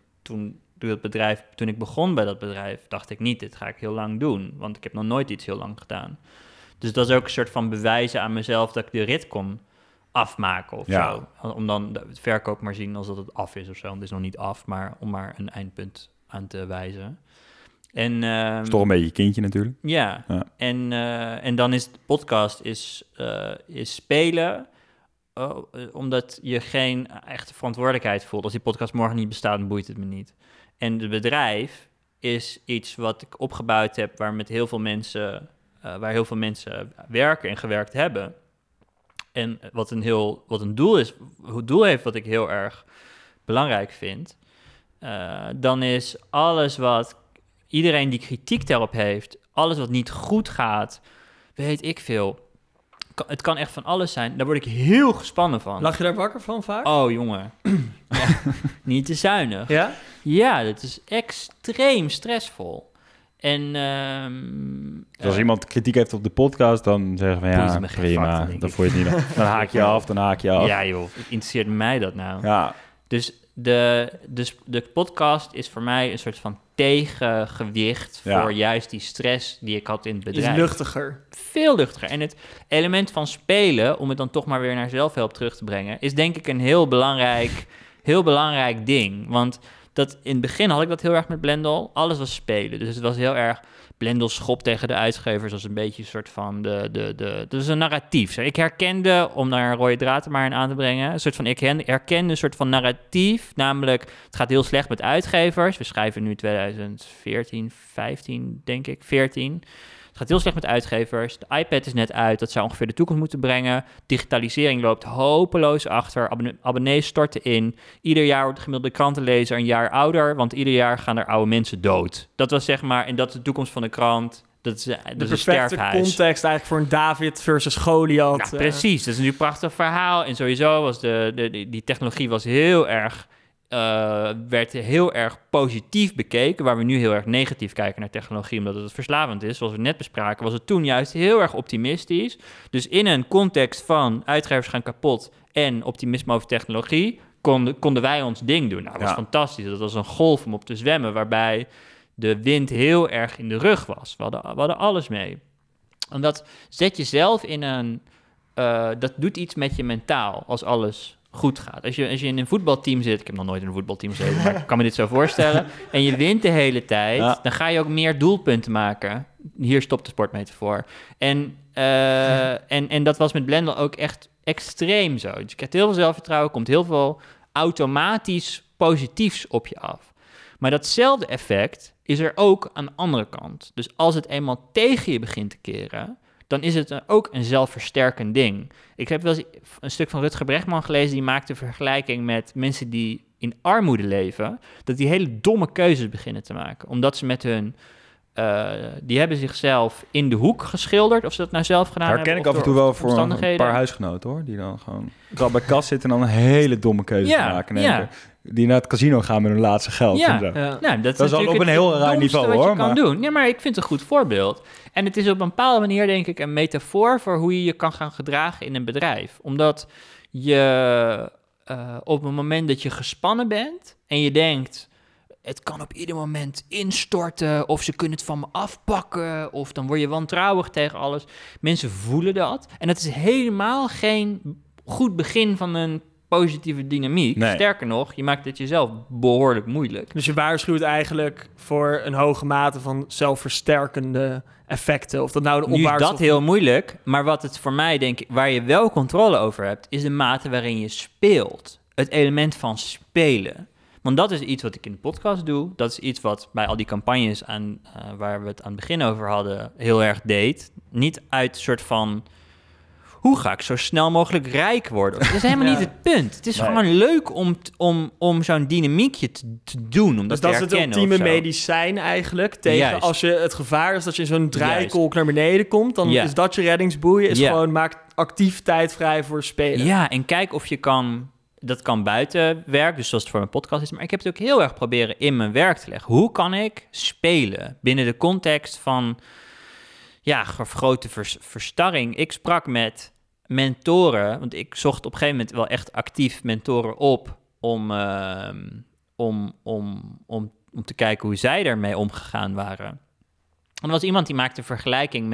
toen ik begon bij dat bedrijf, dacht ik niet, dit ga ik heel lang doen. Want ik heb nog nooit iets heel lang gedaan. Dus dat is ook een soort van bewijzen aan mezelf dat ik de rit kon afmaken of zo. Om dan het verkoop maar zien als dat het af is of zo. Want het is nog niet af, maar om maar een eindpunt aan te wijzen. En is toch een beetje je kindje natuurlijk. Ja. En dan is de podcast is spelen, omdat je geen echte verantwoordelijkheid voelt. Als die podcast morgen niet bestaat, dan boeit het me niet. En het bedrijf is iets wat ik opgebouwd heb, waar heel veel mensen werken en gewerkt hebben. En wat een doel heeft wat ik heel erg belangrijk vind. Dan is alles wat iedereen die kritiek daarop heeft, alles wat niet goed gaat, weet ik veel. Het kan echt van alles zijn. Daar word ik heel gespannen van. Lag je daar wakker van vaak? Oh, jongen. Ja, niet te zuinig. Ja? Ja, dat is extreem stressvol. En als iemand kritiek heeft op de podcast, dan zeggen we ja, prima. Dan voel je het niet. Dan haak je af. Ja joh, het interesseert mij dat nou. Ja. Dus de podcast is voor mij een soort van tegengewicht voor juist die stress die ik had in het bedrijf. Is luchtiger. Veel luchtiger. En het element van spelen, om het dan toch maar weer naar zelfhelp terug te brengen, is denk ik een heel belangrijk ding. Want in het begin had ik dat heel erg met Blendel. Alles was spelen. Dus het was heel erg Blendel schop tegen de uitgevers als een beetje een soort van dus een narratief. Ik herkende, om naar een rode draad er maar in aan te brengen, ik herkende een soort van narratief, namelijk het gaat heel slecht met uitgevers. We schrijven nu 2014, 15 denk ik, 14. Het gaat heel slecht met uitgevers. De iPad is net uit. Dat zou ongeveer de toekomst moeten brengen. Digitalisering loopt hopeloos achter. Abonnees storten in. Ieder jaar wordt de gemiddelde krantenlezer een jaar ouder. Want ieder jaar gaan er oude mensen dood. Dat was zeg maar, en dat is de toekomst van de krant. Dat is een perfecte context eigenlijk voor een David versus Goliath. Ja, precies. Dat is nu een prachtig verhaal. En sowieso was die technologie was werd heel erg positief bekeken, waar we nu heel erg negatief kijken naar technologie, omdat het verslavend is. Zoals we net bespraken, was het toen juist heel erg optimistisch. Dus in een context van uitgevers gaan kapot en optimisme over technologie, konden wij ons ding doen. Nou, dat was fantastisch. Dat was een golf om op te zwemmen, waarbij de wind heel erg in de rug was. We hadden alles mee. En dat zet jezelf in een... dat doet iets met je mentaal, als alles goed gaat. Als je in een voetbalteam zit... Ik heb nog nooit in een voetbalteam gezeten, maar ik kan me dit zo voorstellen. En je wint de hele tijd, dan ga je ook meer doelpunten maken. Hier stopt de sportmetafoor. En dat was met Blendel ook echt extreem zo. Dus je krijgt heel veel zelfvertrouwen, komt heel veel automatisch positiefs op je af. Maar datzelfde effect is er ook aan de andere kant. Dus als het eenmaal tegen je begint te keren, dan is het ook een zelfversterkend ding. Ik heb wel eens een stuk van Rutger Bregman gelezen, die maakte een vergelijking met mensen die in armoede leven, dat die hele domme keuzes beginnen te maken. Omdat ze met hun... die hebben zichzelf in de hoek geschilderd, of ze dat nou zelf gedaan hebben. Herken ik af en toe wel voor een paar huisgenoten, hoor. Die dan gewoon bij kas zitten en dan een hele domme keuze maken. Ja. Die naar het casino gaan met hun laatste geld. Ja. Nou, dat is al op een heel raar niveau, hoor. Je kan doen. Ja, maar ik vind het een goed voorbeeld. En het is op een bepaalde manier, denk ik, een metafoor voor hoe je je kan gaan gedragen in een bedrijf. Omdat je op het moment dat je gespannen bent en je denkt, het kan op ieder moment instorten, of ze kunnen het van me afpakken, of dan word je wantrouwig tegen alles. Mensen voelen dat. En dat is helemaal geen goed begin van een positieve dynamiek. Nee. Sterker nog, je maakt het jezelf behoorlijk moeilijk. Dus je waarschuwt eigenlijk voor een hoge mate van zelfversterkende effecten. Of dat nou de opwaarts... Nu is dat heel moeilijk, maar wat het voor mij, denk ik, waar je wel controle over hebt, is de mate waarin je speelt. Het element van spelen. Want dat is iets wat ik in de podcast doe. Dat is iets wat bij al die campagnes waar we het aan het begin over hadden, heel erg deed. Niet uit een soort van, hoe ga ik zo snel mogelijk rijk worden? Dat is helemaal niet het punt. Het is gewoon leuk om zo'n dynamiekje te doen. Om dus dat is het ultieme medicijn eigenlijk tegen als je het gevaar is dat je in zo'n draaikolk naar beneden komt, dan is dat je reddingsboei. Is gewoon maak actief tijd vrij voor spelen. Ja, en kijk of je kan... Dat kan buiten werk, dus zoals het voor mijn podcast is. Maar ik heb het ook heel erg proberen in mijn werk te leggen. Hoe kan ik spelen binnen de context van vergrote verstarring? Ik sprak met mentoren, want ik zocht op een gegeven moment wel echt actief mentoren op om te kijken hoe zij ermee omgegaan waren. En er was iemand die maakte een vergelijking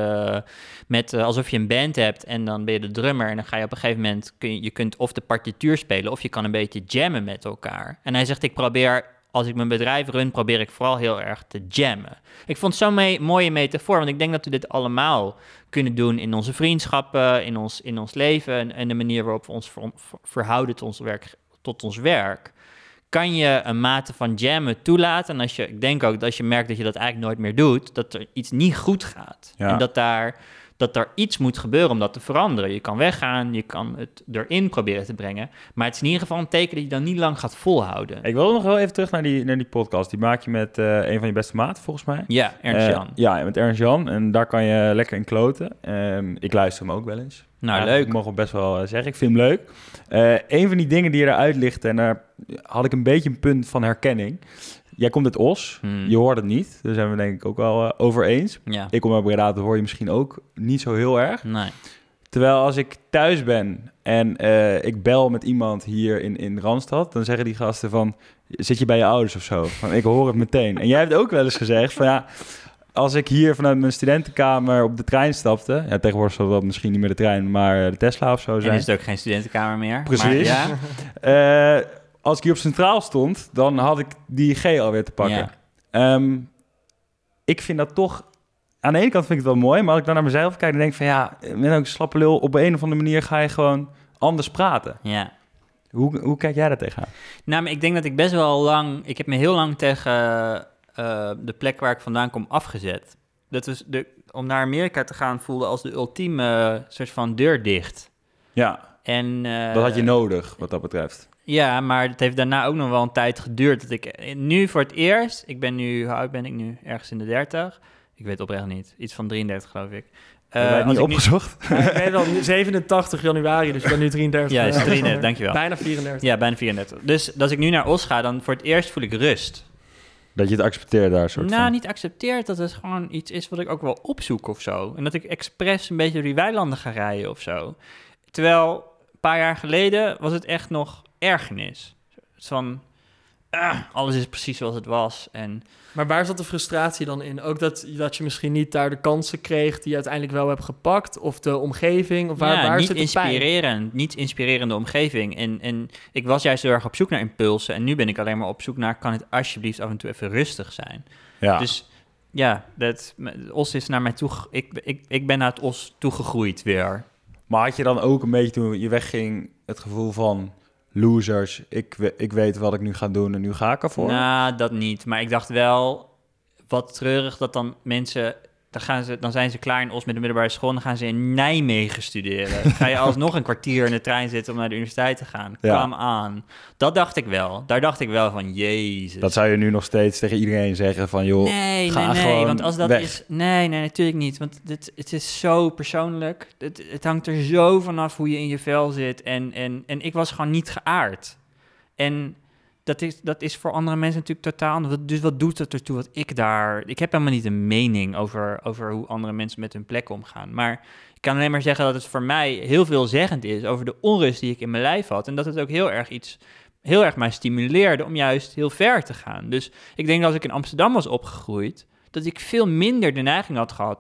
met alsof je een band hebt en dan ben je de drummer en dan ga je op een gegeven moment, je kunt of de partituur spelen of je kan een beetje jammen met elkaar. En hij zegt, als ik mijn bedrijf run, probeer ik vooral heel erg te jammen. Ik vond het zo'n mooie metafoor, want ik denk dat we dit allemaal kunnen doen in onze vriendschappen, in ons leven en de manier waarop we ons verhouden tot ons werk. Kan je een mate van jammen toelaten? En ik denk ook dat als je merkt dat je dat eigenlijk nooit meer doet, dat er iets niet goed gaat. Ja. En dat er iets moet gebeuren om dat te veranderen. Je kan weggaan, je kan het erin proberen te brengen. Maar het is in ieder geval een teken dat je dan niet lang gaat volhouden. Ik wil nog wel even terug naar die podcast. Die maak je met een van je beste maten, volgens mij. Ja, Ernst-Jan. Ja, met Ernst-Jan. En daar kan je lekker in kloten. Ik luister hem ook wel eens. Nou, leuk. Ik mag het best wel zeggen. Ik vind hem leuk. Een van die dingen die eruit ligt, en daar had ik een beetje een punt van herkenning. Jij komt uit Os, je hoort het niet. Daar zijn we denk ik ook wel over eens. Ja. Ik kom uit Breda, dat hoor je misschien ook niet zo heel erg. Nee. Terwijl als ik thuis ben en ik bel met iemand hier in Randstad, dan zeggen die gasten van, zit je bij je ouders of zo? Van, ik hoor het meteen. En jij hebt ook wel eens gezegd van ja, als ik hier vanuit mijn studentenkamer op de trein stapte, ja, tegenwoordig zal dat misschien niet meer de trein, maar de Tesla of zo zijn. En is het ook geen studentenkamer meer. Precies. Maar, ja. Als ik hier op Centraal stond, dan had ik die G alweer te pakken. Ja. Ik vind dat toch, aan de ene kant vind ik het wel mooi, maar als ik dan naar mezelf kijk, dan denk ik van ja, met ook een slappe lul, op een of andere manier ga je gewoon anders praten. Ja. Hoe kijk jij daar tegenaan? Nou, maar ik denk dat ik best wel lang, ik heb me heel lang tegen de plek waar ik vandaan kom afgezet. Dat was om naar Amerika te gaan voelde als de ultieme soort van deur dicht. Ja, en, dat had je nodig wat dat betreft. Ja, maar het heeft daarna ook nog wel een tijd geduurd dat ik nu voor het eerst, hoe oud ben ik nu? Ergens in de 30. Ik weet oprecht niet. Iets van 33 geloof ik. Heb jij het niet opgezocht? Ik ben wel 87 januari, dus ik ben nu 33. Ja, is 33, dankjewel. Bijna 34. Ja, bijna 34. Dus als ik nu naar Os ga, dan voor het eerst voel ik rust. Dat je het accepteert daar soort van? Nou, niet accepteert, dat het gewoon iets is wat ik ook wel opzoek of zo. En dat ik expres een beetje door die weilanden ga rijden of zo. Terwijl een paar jaar geleden was het echt nog ergernis. Van, alles is precies zoals het was. Maar waar zat de frustratie dan in? Ook dat je misschien niet daar de kansen kreeg die je uiteindelijk wel hebt gepakt? Of de omgeving? Of waar zit de pijn? Niet inspirerende omgeving. En ik was juist heel erg op zoek naar impulsen. En nu ben ik alleen maar op zoek naar, kan het alsjeblieft af en toe even rustig zijn? Ja. Dus ja, Os is naar mij toe. Ik ben naar het Os toegegroeid weer. Maar had je dan ook een beetje toen je wegging het gevoel van losers, ik weet wat ik nu ga doen en nu ga ik ervoor? Nou, dat niet. Maar ik dacht wel, wat treurig dat dan mensen, dan zijn ze klaar in Os met de middelbare school en dan gaan ze in Nijmegen studeren. Dan ga je alsnog een kwartier in de trein zitten om naar de universiteit te gaan. Ja. Kom aan. Dat dacht ik wel. Daar dacht ik wel van, jezus. Dat zou je nu nog steeds tegen iedereen zeggen van, joh, nee, want als dat weg. is... Nee, natuurlijk niet. Want het is zo persoonlijk. Het hangt er zo vanaf hoe je in je vel zit. En ik was gewoon niet geaard. En dat is voor andere mensen natuurlijk totaal anders. Dus wat doet het ertoe wat ik daar... Ik heb helemaal niet een mening over hoe andere mensen met hun plek omgaan. Maar ik kan alleen maar zeggen dat het voor mij heel veelzeggend is over de onrust die ik in mijn lijf had. En dat het ook heel erg mij stimuleerde om juist heel ver te gaan. Dus ik denk dat als ik in Amsterdam was opgegroeid, dat ik veel minder de neiging had gehad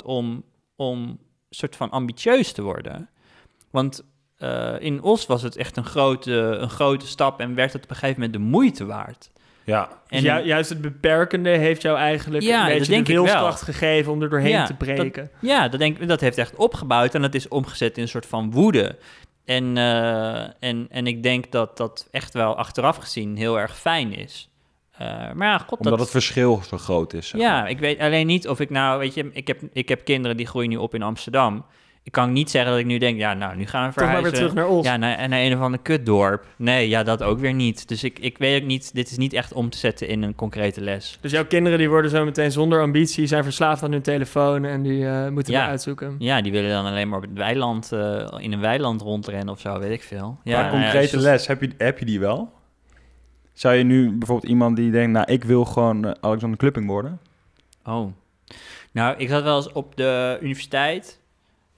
om soort van ambitieus te worden. Want in Os was het echt een grote stap en werd het op een gegeven moment de moeite waard. Ja, en dus juist het beperkende heeft jou eigenlijk een beetje de wilskracht gegeven om er doorheen te breken. Dat heeft echt opgebouwd en dat is omgezet in een soort van woede. En ik denk dat dat echt wel achteraf gezien heel erg fijn is. Maar ja, omdat het verschil zo groot is. Ja, ik weet alleen niet of ik nou... Weet je, ik heb kinderen die groeien nu op in Amsterdam. Ik kan niet zeggen dat ik nu denk, ja, nou, nu gaan we verhuizen. Toch maar weer terug naar Os. Ja, naar een of ander kutdorp. Nee, ja, dat ook weer niet. Dus ik weet ook niet, dit is niet echt om te zetten in een concrete les. Dus jouw kinderen die worden zo meteen zonder ambitie, zijn verslaafd aan hun telefoon en die moeten we uitzoeken. Ja, die willen dan alleen maar op het weiland, in een weiland rondrennen of zo, weet ik veel. Ja, concrete les, heb je die wel? Zou je nu bijvoorbeeld iemand die denkt, nou, ik wil gewoon Alexander Klupping worden? Oh. Nou, ik zat wel eens op de universiteit.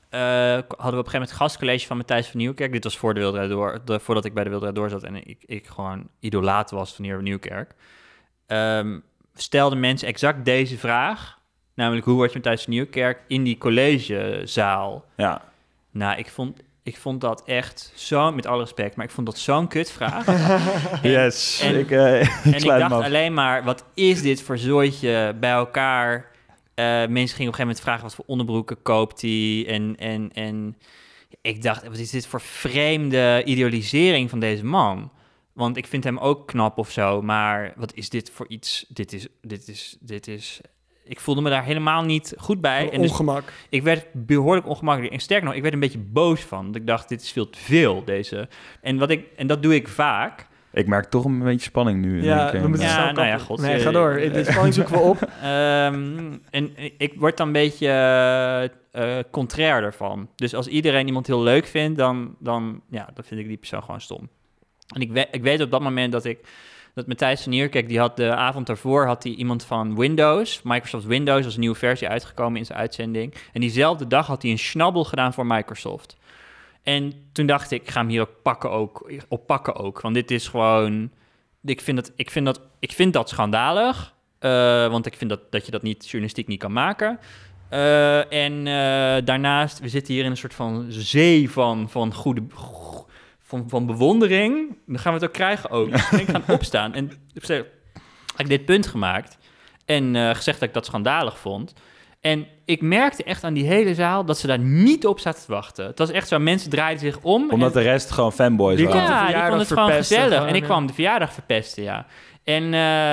hadden we op een gegeven moment gastcollege van Matthijs van Nieuwkerk. Dit was voor de Wereld Draait Door, voordat ik bij de Wereld Draait Door zat en ik gewoon idolaat was van heer Nieuwkerk. Stelden mensen exact deze vraag, namelijk hoe word je Matthijs van Nieuwkerk in die collegezaal? Ja. Nou, ik vond dat echt zo, met alle respect, maar ik vond dat zo'n kutvraag. Yes. Ik dacht alleen maar, wat is dit voor zooitje bij elkaar? Mensen gingen op een gegeven moment vragen wat voor onderbroeken koopt hij. En ik dacht, wat is dit voor vreemde idealisering van deze man? Want ik vind hem ook knap of zo, maar wat is dit voor iets? Dit is ik voelde me daar helemaal niet goed bij. En ongemak. Dus ik werd behoorlijk ongemakkelijk. En sterker nog, ik werd een beetje boos van. Want ik dacht, dit is veel te veel, deze. En dat doe ik vaak. Ik merk toch een beetje spanning nu. Ja, we moeten snel kappen. God. Nee, ga door. De spanning zoeken we op. En ik word dan een beetje contrair ervan. Dus als iedereen iemand heel leuk vindt, dan vind ik die persoon gewoon stom. En ik weet op dat moment dat Matthijs van Nieuwkerk, die had de avond daarvoor had hij iemand van Windows, Microsoft Windows, als een nieuwe versie uitgekomen in zijn uitzending. En diezelfde dag had hij een schnabbel gedaan voor Microsoft. En toen dacht ik ga hem hier op pakken ook. Want dit is gewoon, ik vind dat schandalig. Want ik vind dat je dat journalistiek niet kan maken. Daarnaast, we zitten hier in een soort van zee van goede... Van bewondering, dan gaan we het ook krijgen ook. Dus ik ga opstaan en heb ik dit punt gemaakt en gezegd dat ik dat schandalig vond. En ik merkte echt aan die hele zaal dat ze daar niet op zaten te wachten. Het was echt zo, mensen draaiden zich om. Omdat de rest gewoon fanboys waren. Ja, die vonden het gewoon gezellig. En ik kwam de verjaardag verpesten, ja. En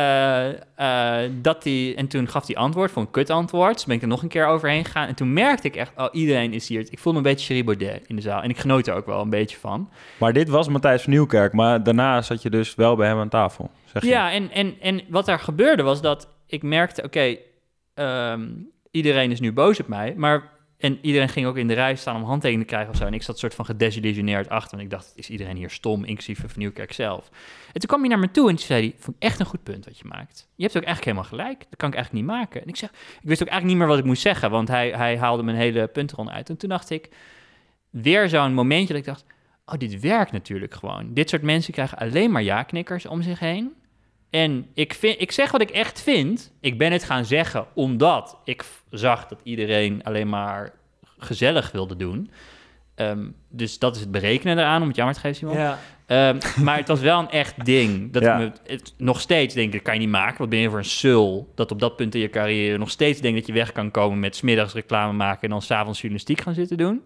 toen gaf hij antwoord, voor een kutantwoord. Dus ben ik er nog een keer overheen gegaan. En toen merkte ik echt, iedereen is hier. Ik voelde me een beetje Thierry Baudet in de zaal. En ik genoot er ook wel een beetje van. Maar dit was Matthijs van Nieuwkerk. Maar daarna zat je dus wel bij hem aan tafel, zeg je. Ja, en wat daar gebeurde was dat ik merkte, iedereen is nu boos op mij. En iedereen ging ook in de rij staan om handtekeningen te krijgen of zo. En ik zat soort van gedesillusioneerd achter. Want ik dacht, is iedereen hier stom, inclusief Van Nieuwkerk zelf. En toen kwam hij naar me toe en toen zei hij, vond ik echt een goed punt wat je maakt. Je hebt ook eigenlijk helemaal gelijk. Dat kan ik eigenlijk niet maken. En ik wist ook eigenlijk niet meer wat ik moest zeggen. Want hij haalde mijn hele puntenronde uit. En toen dacht ik, weer zo'n momentje dat ik dacht, dit werkt natuurlijk gewoon. Dit soort mensen krijgen alleen maar ja-knikkers om zich heen. En ik zeg wat ik echt vind. Ik ben het gaan zeggen omdat ik zag dat iedereen alleen maar gezellig wilde doen. Dus dat is het berekenen eraan, om het jammer te geven, Simon. Ja. Maar het was wel een echt ding. Dat nog steeds denk ik, dat kan je niet maken. Wat ben je voor een sul dat op dat punt in je carrière nog steeds denkt dat je weg kan komen met 's middags reclame maken en dan 's avonds journalistiek gaan zitten doen.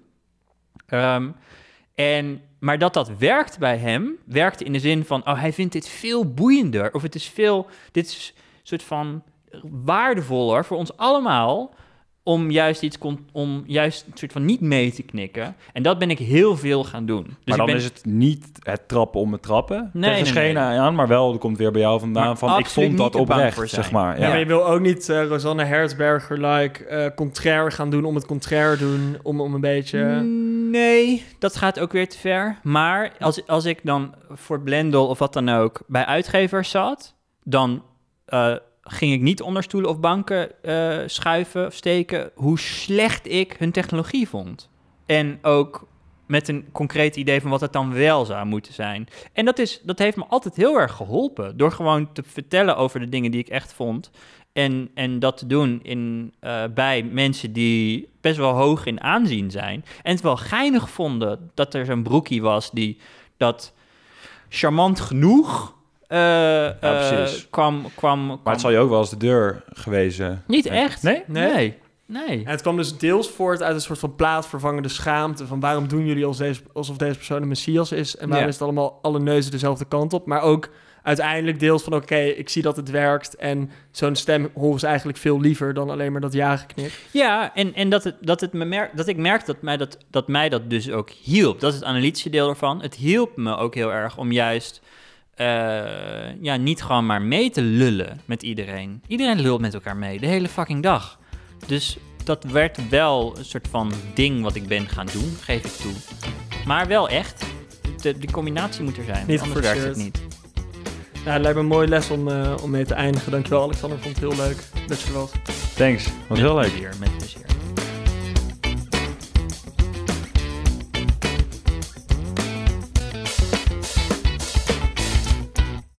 Maar dat werkt bij hem, werkte in de zin van, hij vindt dit veel boeiender. Of dit is een soort van waardevoller voor ons allemaal, om juist een soort van niet mee te knikken. En dat ben ik heel veel gaan doen. Dus maar dan is het niet het trappen om het trappen tegen schenen aan, maar wel, er komt weer bij jou vandaan van, ik vond dat oprecht, zeg maar. Ja, maar je wil ook niet Rosanne Hertzberger contrair gaan doen om het contrair doen, om een beetje... Nee, dat gaat ook weer te ver. Maar als ik dan voor Blendel of wat dan ook bij uitgevers zat, dan ging ik niet onder stoelen of banken schuiven of steken hoe slecht ik hun technologie vond. En ook met een concreet idee van wat het dan wel zou moeten zijn. En dat heeft me altijd heel erg geholpen, door gewoon te vertellen over de dingen die ik echt vond. En dat te doen bij mensen die best wel hoog in aanzien zijn. En het wel geinig vonden dat er zo'n broekie was die dat charmant genoeg kwam. Maar het zal je ook wel eens de deur gewezen. Niet echt. Nee. En het kwam dus deels voort uit een soort van plaatsvervangende schaamte van waarom doen jullie alsof deze persoon een messias is en waarom is het allemaal alle neuzen dezelfde kant op. Maar ook uiteindelijk deels van ik zie dat het werkt en zo'n stem horen ze eigenlijk veel liever dan alleen maar dat ja-geknik. Ja, en dat ik merk dat mij dat dus ook hielp. Dat is het analytische deel ervan. Het hielp me ook heel erg om juist niet gewoon maar mee te lullen met iedereen. Iedereen lult met elkaar mee, de hele fucking dag. Dus dat werd wel een soort van ding wat ik ben gaan doen, geef ik toe. Maar wel echt. De combinatie moet er zijn, niet anders werkt het niet. Ja, het lijkt me een mooie les om mee te eindigen. Dankjewel, Alexander. Ik vond het heel leuk dat je er was. Thanks, was heel leuk. Met plezier.